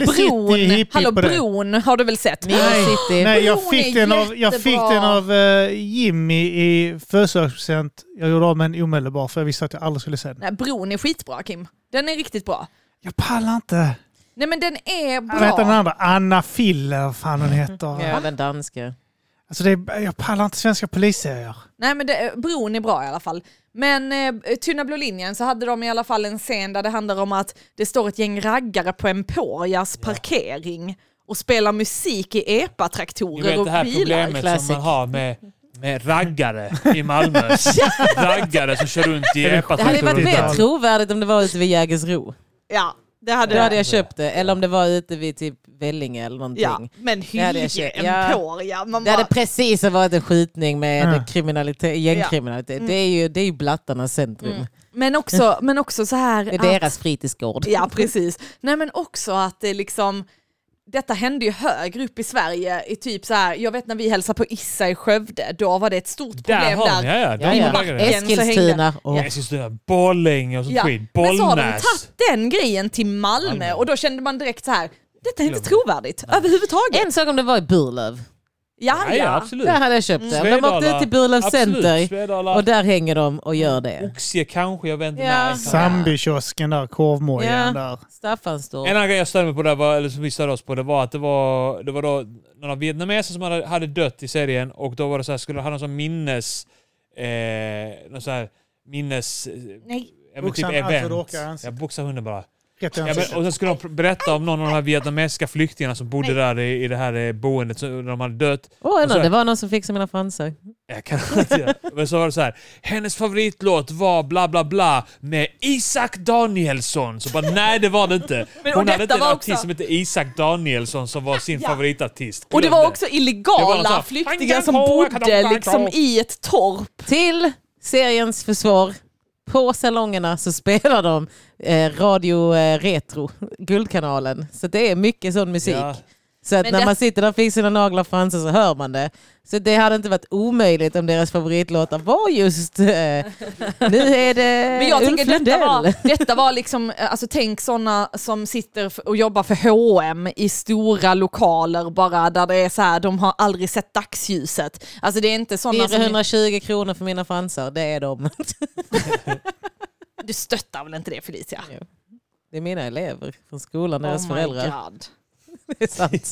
Bron har du väl sett? Nej, jag fick den av Jimmy i födelsedagspresent. Jag gjorde av med en omedelbar för jag visste att jag aldrig skulle se den. Nej, Bron är skitbra, Kim. Den är riktigt bra. Jag pallar inte. Nej, men den är bra. Jag vet den andra, Anna Filler, vad fan hon heter. Ja, den danska. Alltså jag pallar inte svenska polisserier. Nej, men Bron är bra i alla fall. Men Tunna blå linjen så hade de i alla fall en scen där det handlar om att det står ett gäng raggare på Emporias parkering och spelar musik i epa-traktorer och bilar. Det här problemet som man har med raggare i Malmö. Raggare som kör runt i epa-traktorer. Det hade varit mer trovärdigt om det var ute vid Jägersro. Ja. Då hade jag köpt det. Eller om det var ute vid typ Vellinge eller någonting. Ja, men Hylje Emporia. Det hade precis varit en skjutning med gängkriminalitet. Det är ju blattarnas centrum. Men också så här... Det är deras fritidsgård. Ja, precis. Nej, men också att det liksom... Detta hände ju högre upp i Sverige i typ så här, jag vet när vi hälsade på Issa i Skövde, då var det ett stort problem där. Eskilstuna. Eskilstuna, Borlänge och sånt skit. Bollnäs. Men så har de tagit den grejen till Malmö och då kände man direkt så här, detta är inte trovärdigt överhuvudtaget. En sak om det var i Burlöv. Ja, absolut. Där hade jag köpt det. De åkte ut till Burlöv Center och där hänger de och gör det. Oxie kanske, jag vet inte. Sambykiosken där, korvmojen där. Staffanstorp. En annan grej jag störde mig på där var, eller som vi störde oss på, det var att det var då några vietnameser som hade dött i serien och då var det så här, skulle ha någon sån minnes typ event. Jag boxar hunden bara. Ja, men, och sen skulle de berätta om någon av de här vietnamesiska flyktingarna som bodde där i det här boendet när de hade dött. Det var någon som fick mina fransar. Jag kan inte. Men så var det så här. Hennes favoritlåt var bla bla bla med Isak Danielsson. Så bara, nej det var det inte. Hon hade inte en artist som hette Isak Danielsson som var sin favoritartist. Och det var också illegala flyktingar som bodde liksom i ett torp. Till seriens försvar. På salongerna så spelar de Radio Retro, Guldkanalen. Så det är mycket sån musik. Ja. Så att när man sitter där och fick sina naglar fransar så hör man det. Så det hade inte varit omöjligt om deras favoritlåtar var just nu är det. Men jag tänker detta var liksom, alltså tänk sådana som sitter och jobbar för H&M i stora lokaler bara där det är så här, de har aldrig sett dagsljuset. Alltså det är inte sådana 420 kronor för mina fransar, det är de. Du stöttar väl inte det, Felicia? Jo. Det är mina elever från skolan, deras föräldrar. God. Det är sant.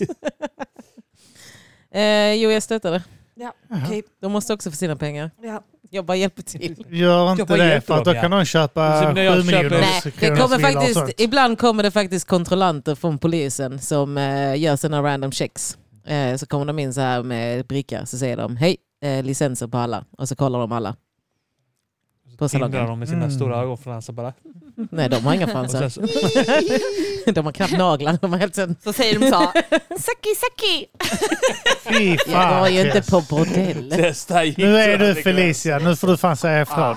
Jo, jag stöttar det. Ja, okay. De måste också få sina pengar. Ja. Jag bara hjälper till. Gör inte det, för att då kan de köpa 7 miljoner. Ibland kommer det faktiskt kontrollanter från polisen som gör sina random checks. Så kommer de in så här med bricka, så säger de hej, licenser på alla. Och så kollar de alla. På salongen. De med sina stora ögonfransar bara. Nej, de har inga fransar. De har knappt naglar. De har helt så säger de så. Saki. Fy fan. Jag var ju inte på bordell. Nu är du Felicia. Nu får du fan säga ifrån.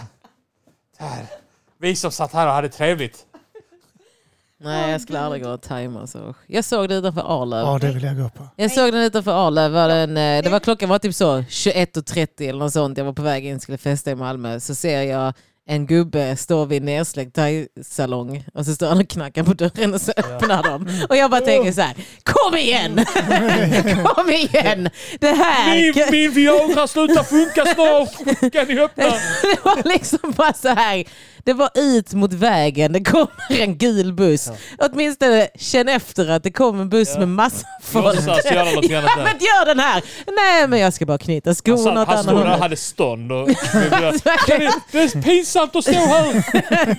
Vi som satt här och hade trevligt. Nej, jag skulle aldrig gå och tajma så. Jag såg det utanför Arlöv. Ja, det vill jag gå på. Jag såg den utanför Arlöv. Klockan var typ så 21:30 eller något sånt. Jag var på väg in och skulle festa i Malmö. Så ser jag en gubbe stå vid en nersläckt thai-salong och så står han och knackar på dörren och så öppnar de. Och jag bara tänker så här, kom igen! Kom igen! Det här... Min Viagra slutar funka snart! Kan ni öppna? Det var liksom bara så här, det var ut mot vägen, det kommer en gul buss. Åtminstone känn efter att det kommer en buss med massa folk. Men gör den här! Nej, men jag ska bara knyta skorna. Han stod där och hade stånd. Och det är pinsamt att stå här.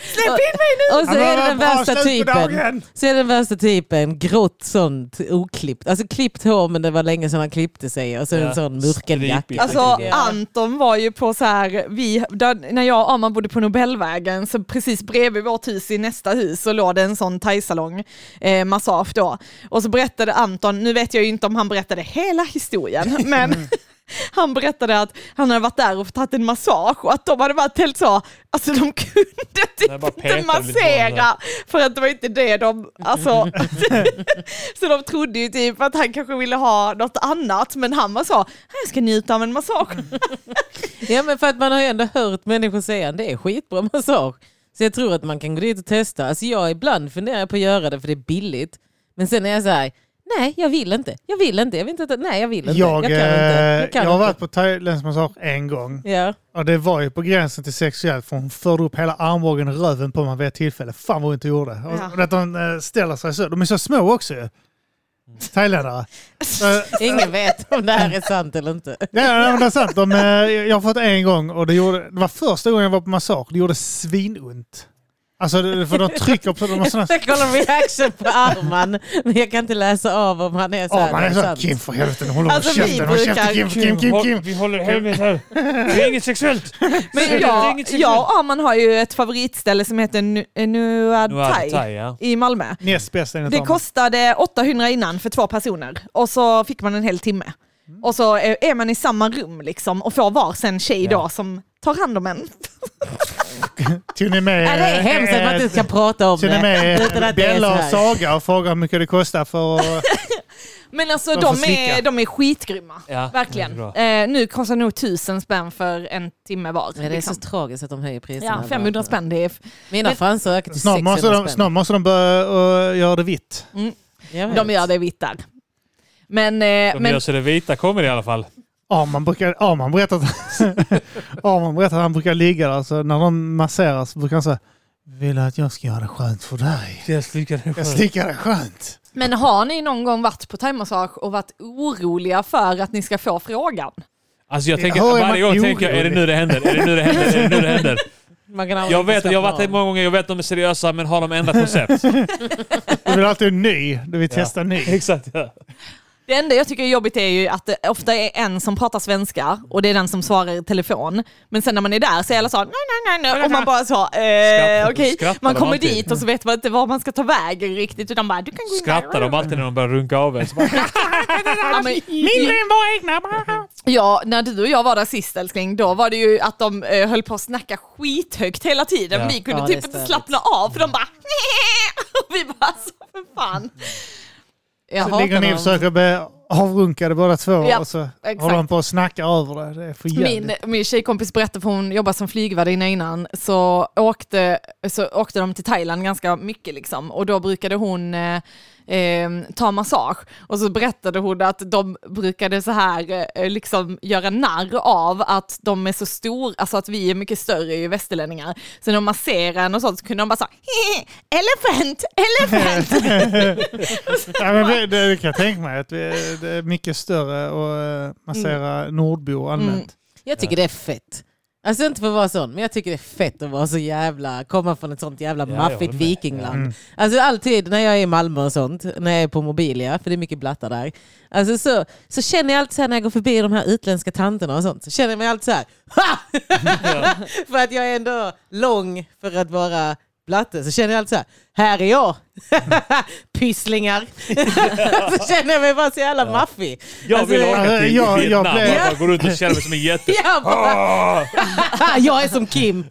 Släpp in mig nu! Och så är det den värsta typen. Så är den värsta typen grått sånt oklippt. Alltså klippt hår, men det var länge sedan han klippte sig. Och så en sån mörkeljacka. Alltså Anton var ju på så här, när jag och Arman bodde på Nobelvägen, så precis bredvid vårt hus i nästa hus så låg det en sån thaisalong, massage då. Och så berättade Anton, nu vet jag ju inte om han berättade hela historien, men han berättade att han hade varit där och tagit en massage och att de hade varit helt så, alltså de kunde typ inte massera för att det var inte det de, alltså så de trodde ju typ att han kanske ville ha något annat, men han var så, jag ska njuta av en massage. Ja, men för att man har ju ändå hört människor säga det är skitbra massage. Så jag tror att man kan gå dit och testa. Alltså jag ibland funderar på att göra det för det är billigt. Men sen är jag så här, nej, jag vill inte. Jag vill inte. Jag kan inte. Jag har varit på thailändsk massage en gång. Ja. Och det var ju på gränsen till sexuellt. För hon förde upp hela armbågen och röven på mig vid ett tillfälle. Fan vad hon inte gjorde. Ja. Och att de ställer sig så. De är så små också ju. Thailändare. Ingen vet om det här är sant eller inte. Ja, det är sant. Jag har fått en gång och det var första gången jag var på massage. Det gjorde svinont. Alltså för de trycker på de såna. Jag kollar reaction på Arman, men jag kan inte läsa av om han är så här. Man är så Kim för helvete, håller alltså, Kim. Vi håller helvete här. Det är inget sexuellt. Men jag och Arman har ju ett favoritställe som heter Nuad Thai i Malmö. Det kostade 800 innan för 2 personer och så fick man en hel timme. Och så är man i samma rum liksom och får varsin tjej då som tar hand om en. Tog ni med, det är hemskt att man inte ska prata om det. Tog ni med Bella och Saga och fråga hur mycket det kostar för att... Men alltså de är skitgrymma. Ja, verkligen. Nu kostar nog 1000 spänn för en timme var. Ja, det är så tragiskt att de höjer priserna. Ja, 500 spänn. Det är... Mina fransar ökar till 600 spänn. Snart måste de börja göra det vitt. De gör det vitt där. Men gör så det vita kommer i alla fall. Arman berättar att han brukar ligga där. Alltså, när de masserar så brukar han säga, vill att jag ska göra det skönt för dig. Jag slickar det skönt. Men har ni någon gång varit på thaimassage och varit oroliga för att ni ska få frågan? Alltså jag tänker, varje gång tänker jag, är det nu det händer? Jag vet att jag har varit många gånger, jag vet att de är seriösa, men har de ändrat koncept? Du vill alltid ny, du vill testa ny. Exakt, ja. Det enda jag tycker är jobbigt är ju att det ofta är en som pratar svenska och det är den som svarar i telefon. Men sen när man är där så är alla så nej. Och man bara så, okej. Man kommer dit och så vet man inte var man ska ta vägen riktigt. Utan bara, du kan gå in. Skrattar de alltid när de börjar runka av en? Mindre än våra egna. Ja, när du och jag var där sist, älskling, då var det ju att de höll på att snacka skithögt hela tiden. Ja. Vi kunde typ inte slappna av för de bara och vi bara så för fan. Så ligger ni och försöker bli avrunkade båda två och så håller de på att snacka över det. Det är för jävligt. Min tjejkompis berättade, för hon jobbar som flygvärdinna innan, så åkte de till Thailand ganska mycket liksom. Och då brukade hon ta massage. Och så berättade hon att de brukade så här liksom göra narr av att de är så stor, alltså att vi är mycket större i västerlänningar. Så när de masserar en och sånt så kunde de bara så elephant. Ja, men det kan jag tänka mig att det är mycket större och massera nordbor allmänt. Jag tycker det är fett. Alltså inte för att vara sån, men jag tycker det är fett att vara så jävla, komma från ett sånt jävla maffigt vikingland. Alltså alltid när jag är i Malmö och sånt, när jag är på Mobilia, för det är mycket blattar där. Alltså så känner jag alltid så här när jag går förbi de här utländska tanterna och sånt, så känner jag mig alltid så här, för att jag är ändå lång för att vara blatte, så känner jag alltid så här är jag. Pysslingar. Så känner jag mig bara så jävla maffig. Jag vill åka till Vietnam. Jag går runt och känner mig som en jätte. Jag är som Kim.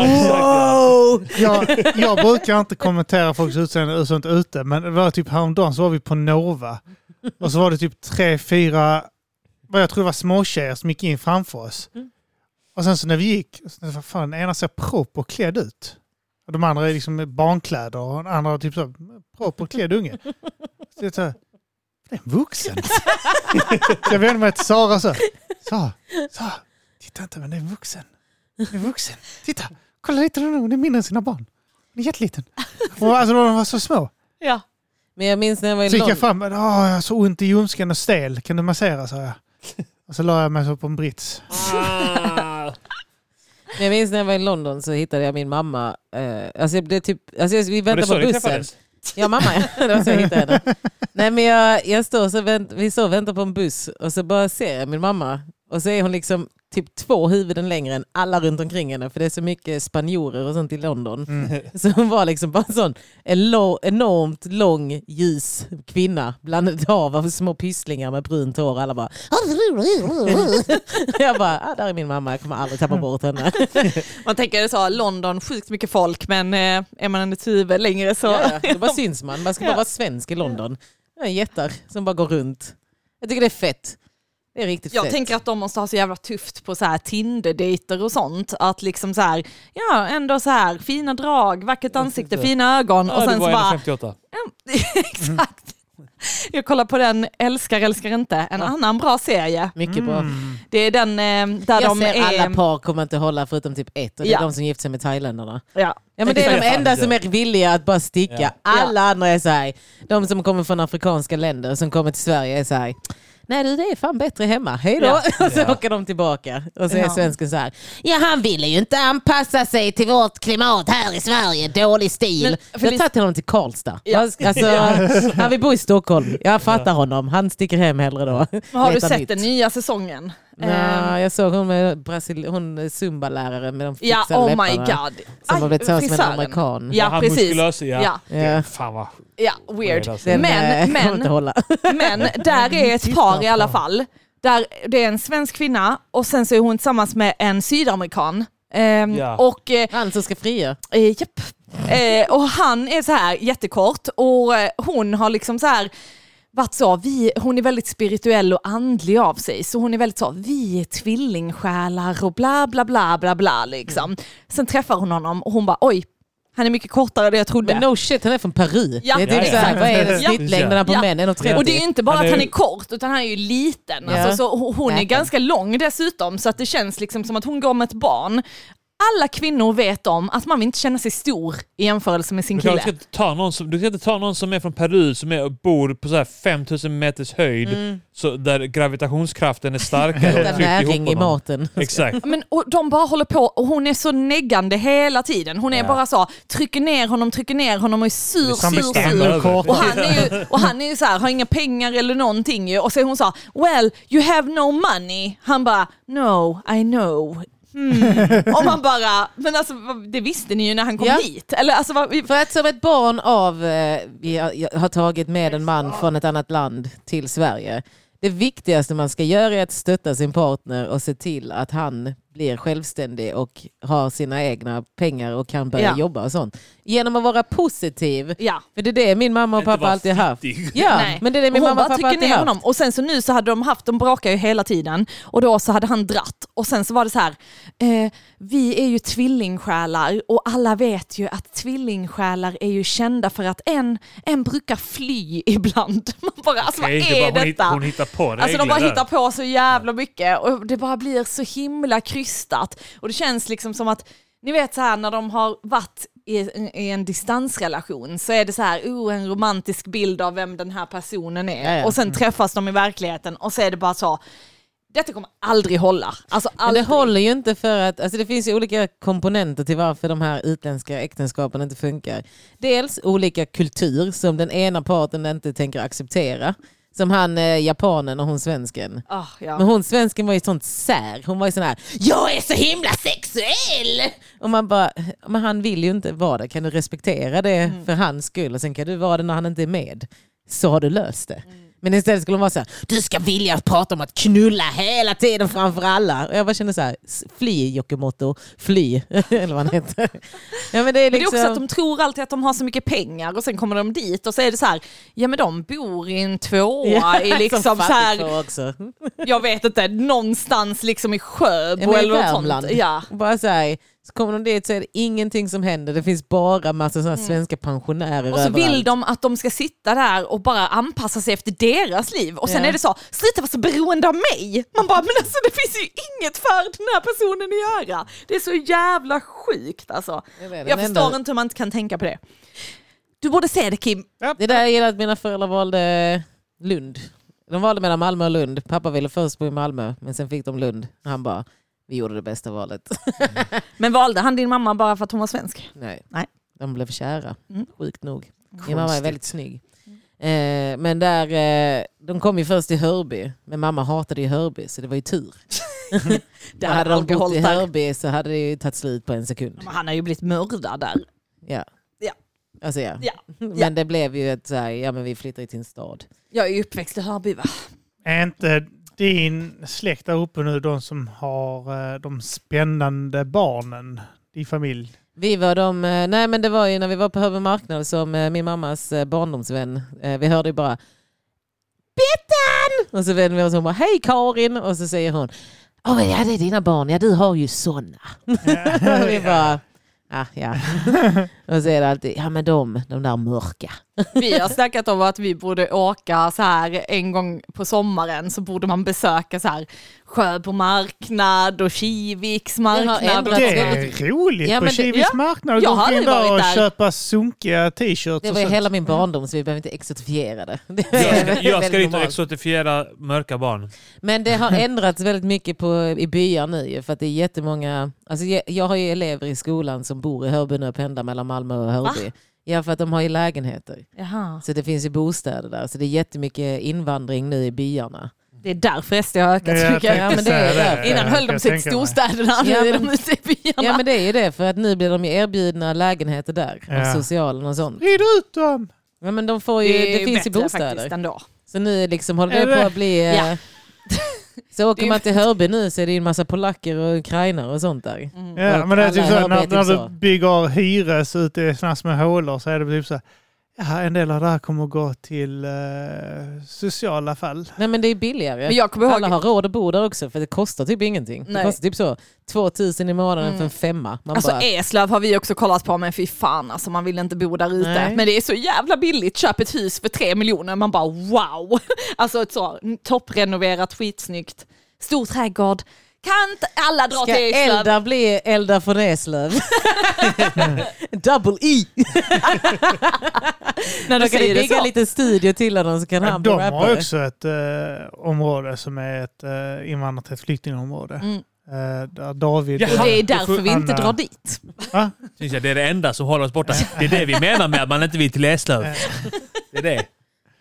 Jag brukar inte kommentera folks utseende och sånt ute, men det var typ häromdagen så var vi på Nova. Och så var det typ 3-4 vad jag tror var småtjejer som gick in framför oss. Och sen så när vi gick, vad fan, den ena ser propp och klädd ut. Och de andra är liksom barnkläder och den andra typ så propp och klädd unge. Så jag tar, det är en vuxen. Jag vände mig till Sara så. Sara, titta inte, men det är en vuxen. Det är en vuxen. Titta, kolla lite nu, det är mindre än sina barn. Det är jätteliten. Och alltså de var så små. Ja. Men jag minns när jag var i så gick jag fram, jag har så ont i ljumsken och stel. Kan du massera, sa jag. Och så la jag mig så på en brits. Jag minns när jag var i London så hittade jag min mamma. Vi väntade på bussen. Ja, mamma. Det var så jag hittade henne. Nej, men jag står vi står och väntar på en buss och så bara ser jag min mamma. Och så är hon liksom typ 2 huvuden längre än alla runt omkring henne. För det är så mycket spanjorer och sånt i London. Så hon var liksom bara en sån enormt lång, ljus kvinna. Bland ett hav av små pysslingar med brunt hår. Alla bara... Jag bara, där är min mamma. Jag kommer aldrig tappa bort henne. Man tänker så, London, sjukt mycket folk. Men är man en huvud längre så... Ja, det bara syns man. Man ska bara vara svensk i London. Det är jättar som bara går runt. Jag tycker det är fett. Det är riktigt jag fett. tänker att de måste ha så jävla tufft på så här Tinder-dejter och sånt. Att liksom så här, ja, ändå så här, fina drag, vackert ansikte, fina ögon. Ja, och sen så bara... 58. Exakt. Jag kollar på den älskar inte. En annan bra serie. Mycket bra. Det är den där jag ser alla par kommer inte hålla förutom typ ett. Och det är de som gift sig med thailändarna. Ja. Ja, men det är de enda som är villiga att bara sticka. Ja. Alla andra är så här. De som kommer från afrikanska länder som kommer till Sverige är så här. Nej du, det är fan bättre hemma. Hej då. Ja. Och så åker de tillbaka. Och så är svensken så här. Ja, han ville ju inte anpassa sig till vårt klimat här i Sverige. Dålig stil. Jag tar till honom till Karlstad. Ja. Alltså, han vill bo i Stockholm. Jag fattar honom. Han sticker hem hellre då. Har du sett den nya säsongen? Nej, jag såg hon med hon Zumba-lärare med de fixade läpparna. Oh my god. Som har blivit som en amerikan. Ja, han precis. Muskulös, ja. Fan vad... Ja, weird. Men där är ett par i alla fall. Där det är en svensk kvinna och sen så är hon tillsammans med en sydamerikan. Och han som ska fria. Japp. Och han är så här jättekort och hon har liksom så här varit så, hon är väldigt spirituell och andlig av sig. Så hon är väldigt så, vi är tvillingsjälar och bla bla bla bla bla liksom. Sen träffar hon honom och hon bara, oj, han är mycket kortare än jag trodde. Men no shit, han är från Peru. Ja. Det är typ såhär, vad är det snittlängden på män? Och det är ju inte bara att han är kort, utan han är ju liten. Alltså, så hon är ganska lång dessutom, så att det känns liksom som att hon går med ett barn. Alla kvinnor vet om att man vill inte känna sig stor i jämförelse med sin kille. Du ska inte ta någon som är från Peru som bor på så här 5000 meters höjd så där gravitationskraften är starkare. Näring i maten. Exakt. Men, och de bara håller på och hon är så neggande hela tiden. Hon är bara så, trycker ner honom och är sur. Och han är ju så här, har inga pengar eller någonting. Och så är hon så, well, you have no money. Han bara, no, I know. Och man bara, men alltså det visste ni ju när han kom hit. Eller, alltså, för att som ett barn av jag har tagit med en man från ett annat land till Sverige. Det viktigaste man ska göra är att stötta sin partner och se till att han blir självständig och har sina egna pengar och kan börja jobba och sånt. Genom att vara positiv. Ja. För det är det min mamma och pappa alltid haft. Ja, men det är det min mamma och pappa alltid haft. Honom. Och sen så nu så hade de bråkar ju hela tiden. Och då så hade han dratt. Och sen så var det så här, vi är ju tvillingsjälar och alla vet ju att tvillingsjälar är ju kända för att en brukar fly ibland. Man bara, alltså vad är detta? Hon hittar på regler. Alltså de bara hittar på så jävla mycket och det bara blir så himla krystat. Och det känns liksom som att, ni vet så här när de har varit i en distansrelation så är det så här, en romantisk bild av vem den här personen är. Ja. Och sen träffas de i verkligheten och så är det bara så, detta kommer aldrig hålla. Alltså aldrig. Men det håller ju inte för att, alltså det finns ju olika komponenter till varför de här utländska äktenskapen inte funkar. Dels olika kultur som den ena parten inte tänker acceptera. Som han japanen och hon svensken. Men hon svensken var ju sånt sär. Hon var ju sån här, jag är så himla sexuell! Och man bara, men han vill ju inte vara det. Kan du respektera det för hans skull? Och sen kan du vara det när han inte är med. Så har du löst det. Men istället skulle hon vara så här, du ska vilja prata om att knulla hela tiden framför alla. Och jag bara känner så här, fly Yokomoto, fly. Eller vad han heter. Ja, men det är liksom... Men det är också att de tror alltid att de har så mycket pengar och sen kommer de dit och så är det så här, ja men de bor i en tvåa i liksom så här, också. Jag vet inte, någonstans liksom i Sjöbo eller något sånt. Ja. Bara så här, så kommer de dit så är det ingenting som händer. Det finns bara massa sådana svenska pensionärer. Och så vill de att de ska sitta där och bara anpassa sig efter deras liv. Och sen är det så, sluta vara så beroende av mig. Man bara, men alltså det finns ju inget för den här personen att göra. Det är så jävla sjukt alltså. Jag förstår inte hur man inte kan tänka på det. Du borde se det, Kim. Ja. Det där är att mina föräldrar valde Lund. De valde mellan Malmö och Lund. Pappa ville först bo i Malmö, men sen fick de Lund. Han bara, Vi gjorde det bästa valet. Men valde han din mamma bara för att hon var svensk? Nej. Nej. De blev kära. Sjukt nog. Konstigt. Min mamma är väldigt snygg. Men de kom ju först till Hörby. Men mamma hatade ju Hörby, så det var ju tur. Där hade de bott i Hörby så hade det ju tagit slut på en sekund. Men han har ju blivit mördad där. Ja. Ja. Alltså ja. Ja. Men det blev ju ett men vi flyttar till en stad. Jag är ju uppväxt i Hörby, va? Är inte din släkt där uppe nu de som har de spännande barnen i familj? Vi var nej men det var ju när vi var på Hörby marknad som min mammas barndomsvän. Vi hörde ju bara Bettan! Och så vänder vi oss och bara hej Karin! Och så säger hon ja det är dina barn, ja du har ju såna. Vi bara ja. Och så är det alltid, ja men de där mörka. Vi har snackat om att vi borde åka så här en gång på sommaren, så borde man besöka så här Sjöbo marknad och Kiviks marknad. Det är roligt på Kiviks marknad. Jag har aldrig varit och där. Köpa sunkiga t-shirts. Det var ju hela min barndom så vi behöver inte exotifiera det. Jag ska inte exotifiera mörka barn. Men det har ändrats väldigt mycket i byar nu för att det är jättemånga, alltså jag har ju elever i skolan som bor i Hörby nu och pendlar mellan Malmö och Hörby. Va? Ja, för att de har ju lägenheter. Jaha. Så det finns ju bostäder där. Så det är jättemycket invandring nu i byarna. Det är därför SD har ökat så mycket. Ja, men det är därför. Innan höll de sig till storstäderna, nu är de ute i byarna. Ja men det är ju det, för att nu blir de ju erbjudna lägenheter där. Av socialen och sånt. Rid ut dem! Ja men de får ju, det finns ju bostäder. Ändå. Så nu liksom håller det på att bli... Så åker man till Hörby nu så är det en massa polacker och ukrainare och sånt där. Ja, men det är typ så när du bygger hyres ute i såna små hålor så är det typ så en del av det här kommer att gå till sociala fall. Nej men det är billigare. Men jag kommer ihåg... Alla har råd att bo där också för det kostar typ ingenting. Nej. Det kostar typ så 2000 i månaden för en femma. Alltså Eslöv har vi också kollat på, men fy fan alltså, man vill inte bo där ute. Nej. Men det är så jävla billigt. Köp ett hus för 3 miljoner. Man bara wow. Alltså ett så topprenoverat, skitsnyggt. Stor trädgård. Kan inte alla dra till Eslöv? Ska Elda bli Elda från Eslöv? Double E! När du kan bygga en liten studio till honom så kan han de har också ett område som är ett invandrat flyktingområde. Där David... Och det är därför vi inte drar dit. Va? Det är det enda som håller oss borta. Det är det vi menar med att man inte vill till Eslöv. Det är det.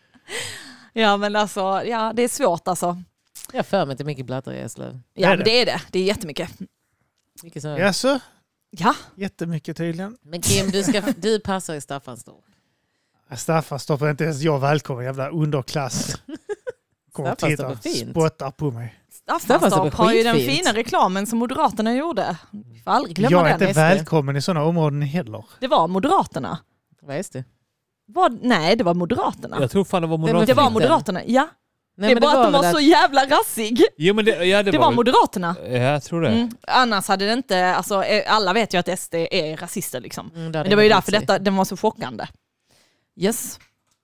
Ja men alltså, ja det är svårt alltså. Jag för mig till mycket plattor i Eslöv. Ja men det är det. Det är jättemycket. Mycket så. Jaså? Ja. Jättemycket tydligen. Men Kim, du passar i Staffanstorp. Staffanstorp är inte ens jag välkommen. Jävla underklass. Kommer och tittar, spottar på mig. Staffanstorp har ju den fina reklamen som Moderaterna gjorde. Vi får aldrig glömma den. Jag är inte välkommen i sådana områden heller. Det var Moderaterna. Vad är det? Nej, det var Moderaterna. Jag tror fan det var Moderaterna. Det var Moderaterna, ja. Nej, det är bara att de var så jävla rassig. Jo, men det var Moderaterna. Ja, jag tror det. Annars hade det inte... Alltså, alla vet ju att SD är rasister. Liksom. Men det var ju därför den var så chockande. Yes.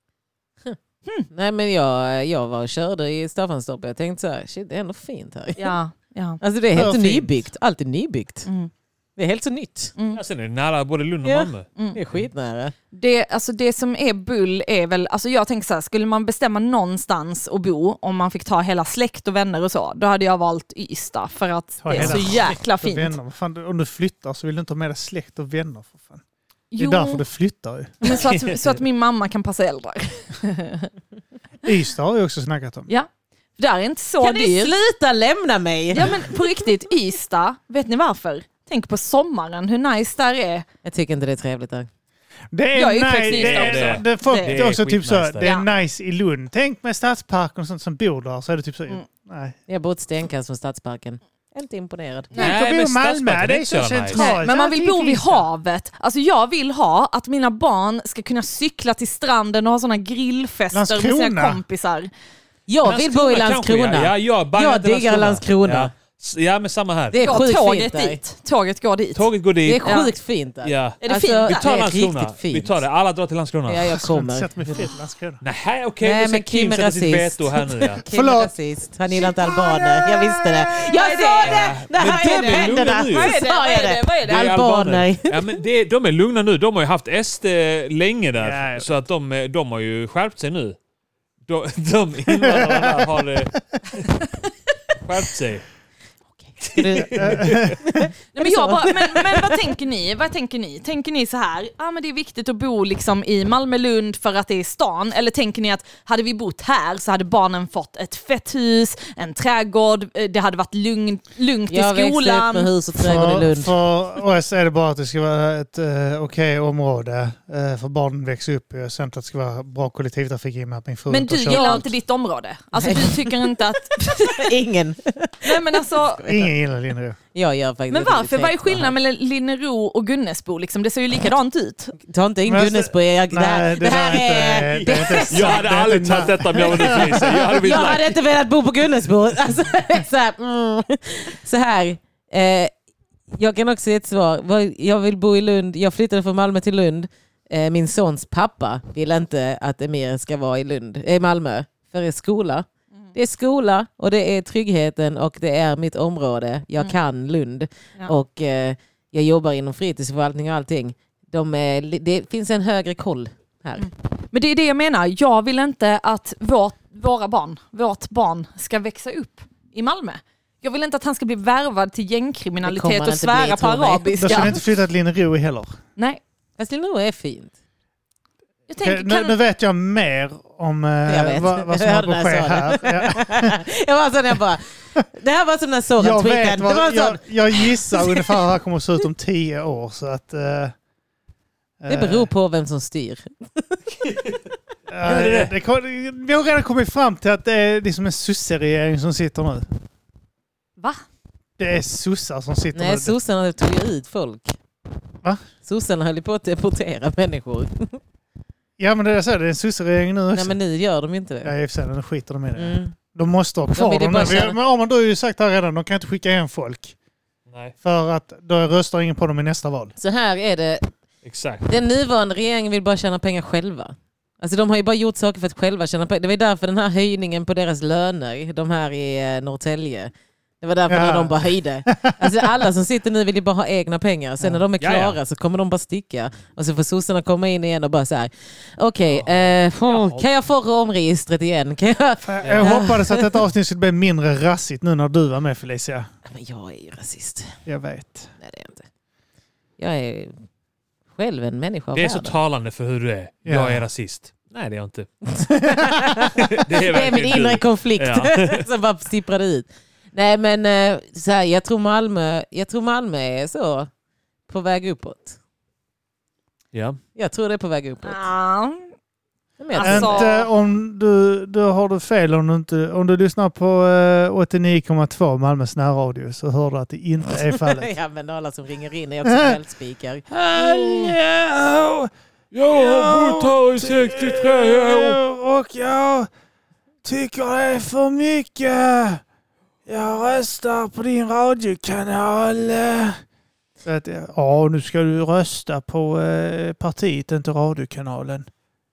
Nej, men jag var och körde i Staffanstorp. Jag tänkte så här, shit, det är ändå fint här. Ja. Alltså det är helt nybyggt. Allt är nybyggt. Det är helt så nytt. Ja, sen är det nära både Lund och Malmö. Det är skitnära. Det som är bull är väl... Alltså jag tänker så här, skulle man bestämma någonstans att bo, om man fick ta hela släkt och vänner och så, då hade jag valt Ystad för att det är så jäkla fint. Fan, om du flyttar så vill du inte ha med dig släkt och vänner. För fan. Det är därför du flyttar ju. Men så att min mamma kan passa äldre. Ystad har vi också snackat om. Ja. Där är inte så kan dyrt. Kan ni sluta lämna mig? Ja men på riktigt, Ystad, vet ni varför? Tänk på sommaren, hur nice där är. Jag tycker inte det är trevligt där. Det är nice. Det är också typ så. Det är nice i Lund. Tänk med stadsparken och sånt som bor där så är det typ så. Nej. Jag har bott stenkast från stadsparken. Inte imponerad. Nej, men Malmö, det är så centralt. Nej, men man vill bo vid havet. Alltså jag vill ha att mina barn ska kunna cykla till stranden och ha såna grillfester med sina kompisar. Jag vill bo i Landskrona. Jag diggar Landskrona. Ja, men samma här. Det är sjukt tåget fint dit. Tåget går dit. Det är sjukt fint där. Ja. Är det fint där? Vi tar Landskrona. Riktigt fint. Vi tar det. Alla drar till Landskrona. Ja, jag kommer. Sätt mig fel Landskrona. Nej, okej. Nu ska Kim sätta sitt veto här nu. Ja. Kim är rasist. Han gillar inte albaner. Jag visste det. Jag sa det! Det här är händerna. Vad är det? Albaner. Ja, men de är lugna nu. De har ju haft SD länge där. Så att de har ju skärpt sig nu. De invandrarna har skärpt sig. Nej, men vad tänker ni? Tänker ni så här, men det är viktigt att bo liksom i Malmö, Lund för att det är stan? Eller tänker ni att hade vi bott här så hade barnen fått ett fett hus, en trädgård, det hade varit lugnt i skolan? Jag växte upp med hus och trädgård i Lund. För oss är det bara att det ska vara ett okej område för barnen växer upp i. Sen att det ska vara bra kollektivtrafik i med min fru. Men du gillar inte ditt område? Alltså du tycker inte att... Ingen. Nej, men alltså... Ingen gillar Linnero. Jag gör faktiskt. Men varför? Vad är skillnaden mellan Linnero och Gunnesbo? Liksom, det ser ju likadant ut. Ta inte in Gunnesbo. Det här är... Jag hade aldrig tagit detta om jag var det. Jag hade inte velat bo på Gunnesbo. Alltså, så här. Jag kan också ge ett svar. Jag vill bo i Lund. Jag flyttade från Malmö till Lund. Min sons pappa vill inte att Emir ska vara i Malmö. För det är skola. Det är skola och det är tryggheten och det är mitt område. Jag kan Lund och jag jobbar inom fritidsförvaltning och allting. Det finns en högre koll här. Men det är det jag menar. Jag vill inte att vårt barn ska växa upp i Malmö. Jag vill inte att han ska bli värvad till gängkriminalitet och svära på arabiska. Då ska ni inte flytta till Linnero heller. Nej. Fast Linnero är fint. Nu vet jag mer om vad som har på ske här. Jag var sån, det här var som när Soran tweetade. Jag gissar ungefär hur det här kommer att se ut om 10 år. Så att, det beror på vem som styr. Vi har redan kommit fram till att det är liksom en susseregering som sitter nu. Va? Det är sossar som sitter nu. Nej, sossarna tog ju ut folk. Va? Sossarna höll på att deportera människor. Ja, men det är en susseregering nu också. Nej, men nu gör de inte det. Ja, i och för sig, nu skiter de i det. De måste ha kvar dem. Men om man då har ju sagt här redan, de kan inte skicka hem folk. Nej. För att då röstar ingen på dem i nästa val. Så här är det. Exakt. Den nuvarande regeringen vill bara tjäna pengar själva. Alltså de har ju bara gjort saker för att själva tjäna pengar. Det var därför den här höjningen på deras löner, de här i Norrtälje. Det var därför de bara höjde. Alltså alla som sitter nu vill ju bara ha egna pengar. Sen när de är klara så kommer de bara sticka. Och så får sossarna komma in igen och bara så här. Okej, kan jag få romregistret igen? Jag hoppades att detta avsnitt skulle bli mindre rassigt nu när du var med, Felicia. Men jag är ju rasist. Jag vet. Nej, det är jag inte. Jag är själv en människa av Det är så världen. talande för hur du är. Jag är rasist. Nej, det är jag inte. det är min inre konflikt som bara sipprade ut. Nej, men så här, jag tror Malmö är så på väg uppåt. Ja. Jag tror det är på väg uppåt. Inte om du har du fel om du lyssnar på 89,2 Malmös närradio så hör du att det inte är fallet. Ja, men alla som ringer in är också kvällspikar. Hallå! Jag har bott här i 63 år. Och jag tycker det är för mycket. Jag röstar på din radiokanal. Så att, nu ska du rösta på partiet, inte radiokanalen.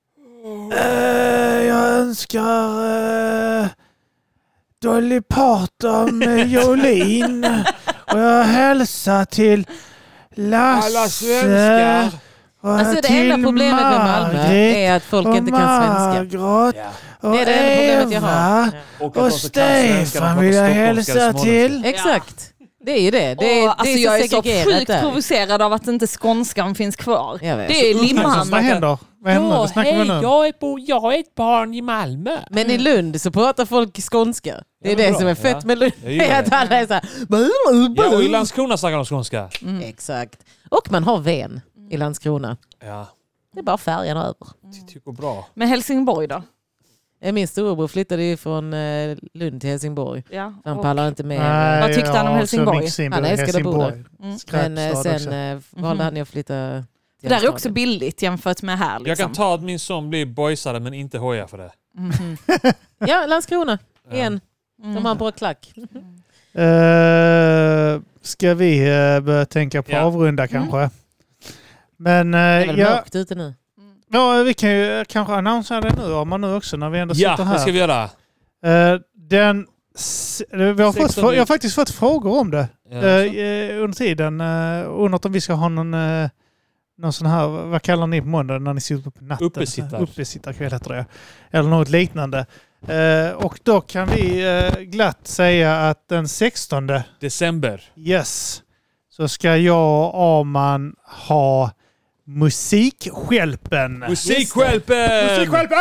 Jag önskar Dolly Parton med Jolin. Och jag hälsar till Lasse. Alla svenskar. Alltså det enda problemet med Malmö är att folk inte kan svenska. Och det är det enda problemet jag har. Och Stefan vill jag hälsa till. Exakt. Det är ju det. Jag är så sjukt provocerad av att inte skånskan finns kvar. Det är Limhamn. Vad händer? Jag är ett barn i Malmö. Men i Lund så pratar folk skånska. Det är det som är fett med Lund. Att alla är så här, och i Landskrona snackar de skånska. Exakt. Och man har ven i Landskrona. Ja. Det är bara färgen över. Det går bra. Men Helsingborg då? Min storebror flyttade ju från Lund till Helsingborg. Ja, han pallar inte med. Vad tyckte han om Helsingborg? Han älskade att bo där. Men sen valde han att flytta. Det där är också billigt jämfört med här. Liksom. Jag kan ta att min son blir boysare men inte hoja för det. Ja, Landskrona. Igen. De har en bra klack. Ska vi börja tänka på avrunda kanske? Men det är väl mörkt ute nu. Ja, vi kan ju kanske annonsera det nu om man nu också när vi ändå sitter här. Ja, det ska vi göra. Jag har faktiskt fått frågor om det under tiden. Undrat om vi ska ha någon sån här, vad kallar ni på måndag när ni sitter på natten? Uppesittarkväll heter det. Eller något liknande. Och då kan vi glatt säga att den 16 december. Yes. Så ska jag och Arman ha Musikskälpen. Musikskälpen! Musikskälpen!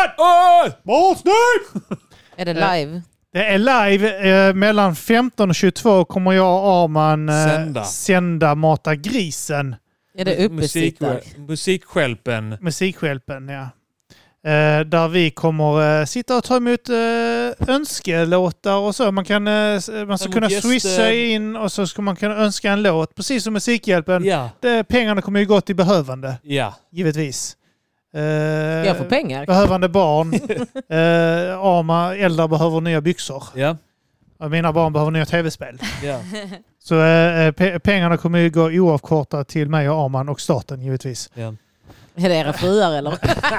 Är det live? Det är live. Mellan 15 och 22 kommer jag och Arman sända Mata grisen. Är det uppesittar? Musikskälpen. Musikskälpen, ja. Där vi kommer sitta och ta emot önskelåtar och så. Man ska kunna swisha in och så ska man kunna önska en låt. Precis som Musikhjälpen. Ja. Pengarna kommer ju gå till behövande. Ja. Givetvis. Jag får pengar. Behövande barn. Arma äldre behöver nya byxor. Ja. Mina barn behöver nya tv-spel. Ja. Så pengarna kommer ju gå oavkortat till mig och Arman och staten givetvis. Ja. Är det era fruar eller?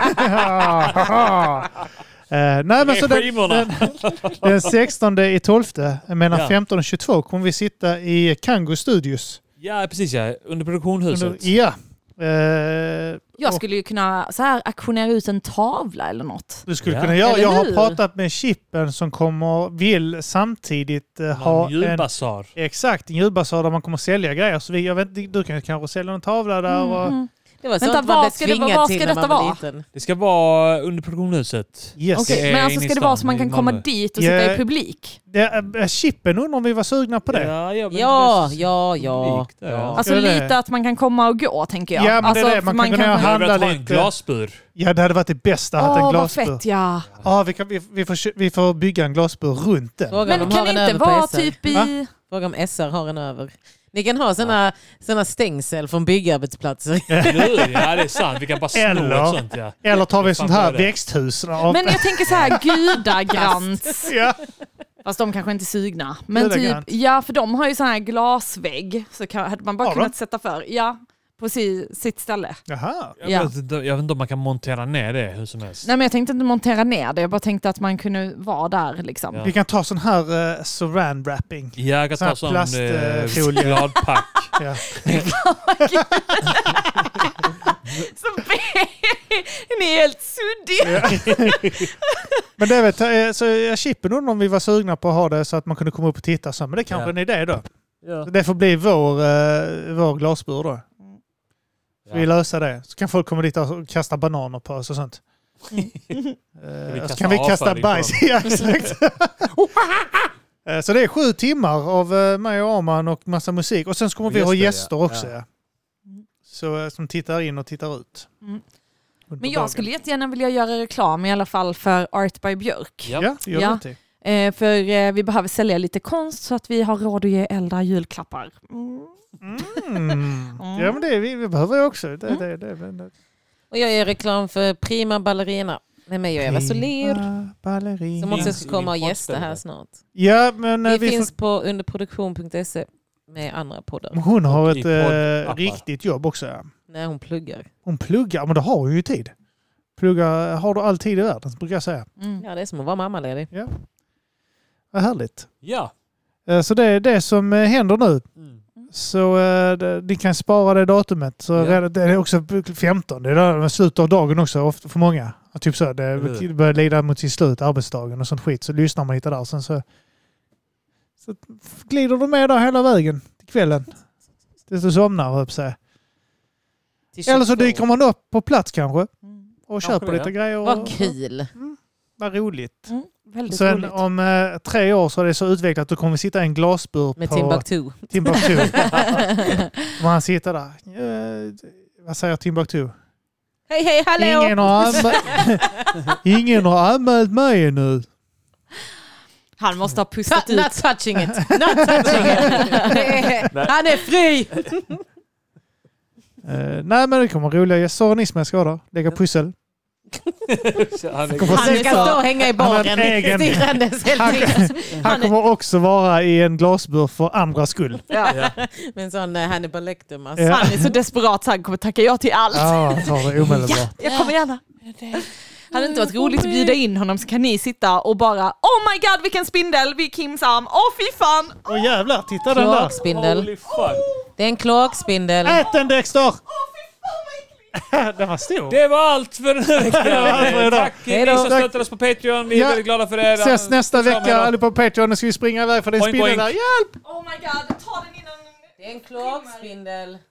Nej, men så den 16/12 mellan 15 och 22 kommer vi sitta i Kango Studios. Ja, precis ja. Under produktionshuset. Ja. Jag skulle ju kunna så här aktionera ut en tavla eller något. Du skulle kunna göra. Jag har pratat med Chippen som vill samtidigt ha en julbasar. Exakt, en julbasar där man kommer sälja grejer. Så jag vet, du kan kanske sälja en tavla där. Och... Det var sånt man blev tvingad till när man var liten. Det ska vara under produktionshuset. Yes. Okay, men alltså ska det vara så man kan komma dit och sitta i publik? Chippen undrar om vi var sugna på det. Ja. Alltså lite att man kan komma och gå, tänker jag. Ja, men alltså, det är det. Man kan handla lite. En glasbur. Ja, det hade varit det bästa att ha en glasbur. Vad fett, ja. Vi får bygga en glasbur runt den. Men kan det inte vara typ i... Fråga om SR har en över. Ni kan ha såna stängsel från byggarbetsplatser. Ja, det är sant. Vi kan bara sno ett sånt. Ja. Eller tar vi sånt här växthus. Men jag tänker så här, gudagrant. Ja. Fast de kanske inte är sugna. Men typ, ja, för de har ju sån här glasvägg. Så hade man bara kunnat sätta för. Ja, på sitt ställe. Jaha. Jag vet inte om man kan montera ner det hur som helst. Nej, men jag tänkte inte montera ner det. Jag bara tänkte att man kunde vara där liksom. Ja. Vi kan ta sån här saran wrapping. Ja, jag kan ta sån plastfolie. Gladpack. Ja. Ni är helt suddiga. Men det vet så Chippen undrar om vi var sugna på att ha det så att man kunde komma upp och titta. Så, men det är kanske en idé då. Ja. Det får bli vår glasbur då. Vi löser det. Så kan folk komma dit och kasta bananer på oss och sånt. Så kan vi kasta bajs. Ja, exakt. Så det är 7 timmar av mig och Arman och massa musik. Och sen kommer vi ha gäster också. Ja. Så, som tittar in och tittar ut. Men jag skulle jättegärna vilja göra reklam i alla fall för Art by Björk. Ja, gör det. För vi behöver sälja lite konst så att vi har råd att ge äldre julklappar. Ja, men det vi behöver också. Och jag gör reklam för Prima Ballerina. Med mig och Eva Soler. Som också ska komma och gästa här snart. Ja, men vi finns på underproduktion.se med andra poddar. Hon har ett riktigt jobb också. Ja. Nej, hon pluggar. Hon pluggar, men då har hon ju tid. Pluggar har du all tid i världen, brukar jag säga. Ja, det är som att vara mammaledig. Ja. Vad härligt. Ja. Så det är det som händer nu. Så ni kan spara det datumet. Så det är också 15. Det är slutet av dagen också ofta för många. Typ så, det börjar lida mot sin slut, arbetsdagen och sånt skit. Så lyssnar man lite där. Sen så glider de med där hela vägen till kvällen. Tills du somnar, upp sig. Eller så dyker man upp på plats kanske. Och köper lite grejer. Vad kul. Vad roligt. Väldigt sen roligt. Om 3 år så är det så utvecklat att du kommer sitta i en glasbur med på Timbuktu. Man sitter där. Vad säger Timbuktu? Hej, hallå! Ingen har anmält mig ännu. Han måste ha pustat ut. Not touching it. Han är fri! Nej, men det kommer roliga gäster. Soran Ismail ska vara där. Lägga pussel. Han ska stå och hänga i baren. Han kommer också vara i en glasbur för andras skull. Ja. Med en sån Hannibal Lecter. Han är så desperat så han kommer tacka ja till allt. Ja, tar det omedelbart. Ja, jag kommer gärna. Hade det inte varit roligt att bjuda in honom så kan ni sitta och bara oh my god, vilken spindel vid Kims arm. Fy fan. Åh jävlar, titta den där. Kloakspindel. Det är en kloakspindel. Ät den, Dexter! Fy fan vad äckligt. Den var stor. Det var allt för den här veckan. Tack ni som stöttar oss på Patreon. Vi är väldigt glada för det. Ses nästa vecka eller på Patreon. Nu ska vi springa iväg för det är spindel där. Hjälp! Oh my god, ta den innan... Det är en kloakspindel.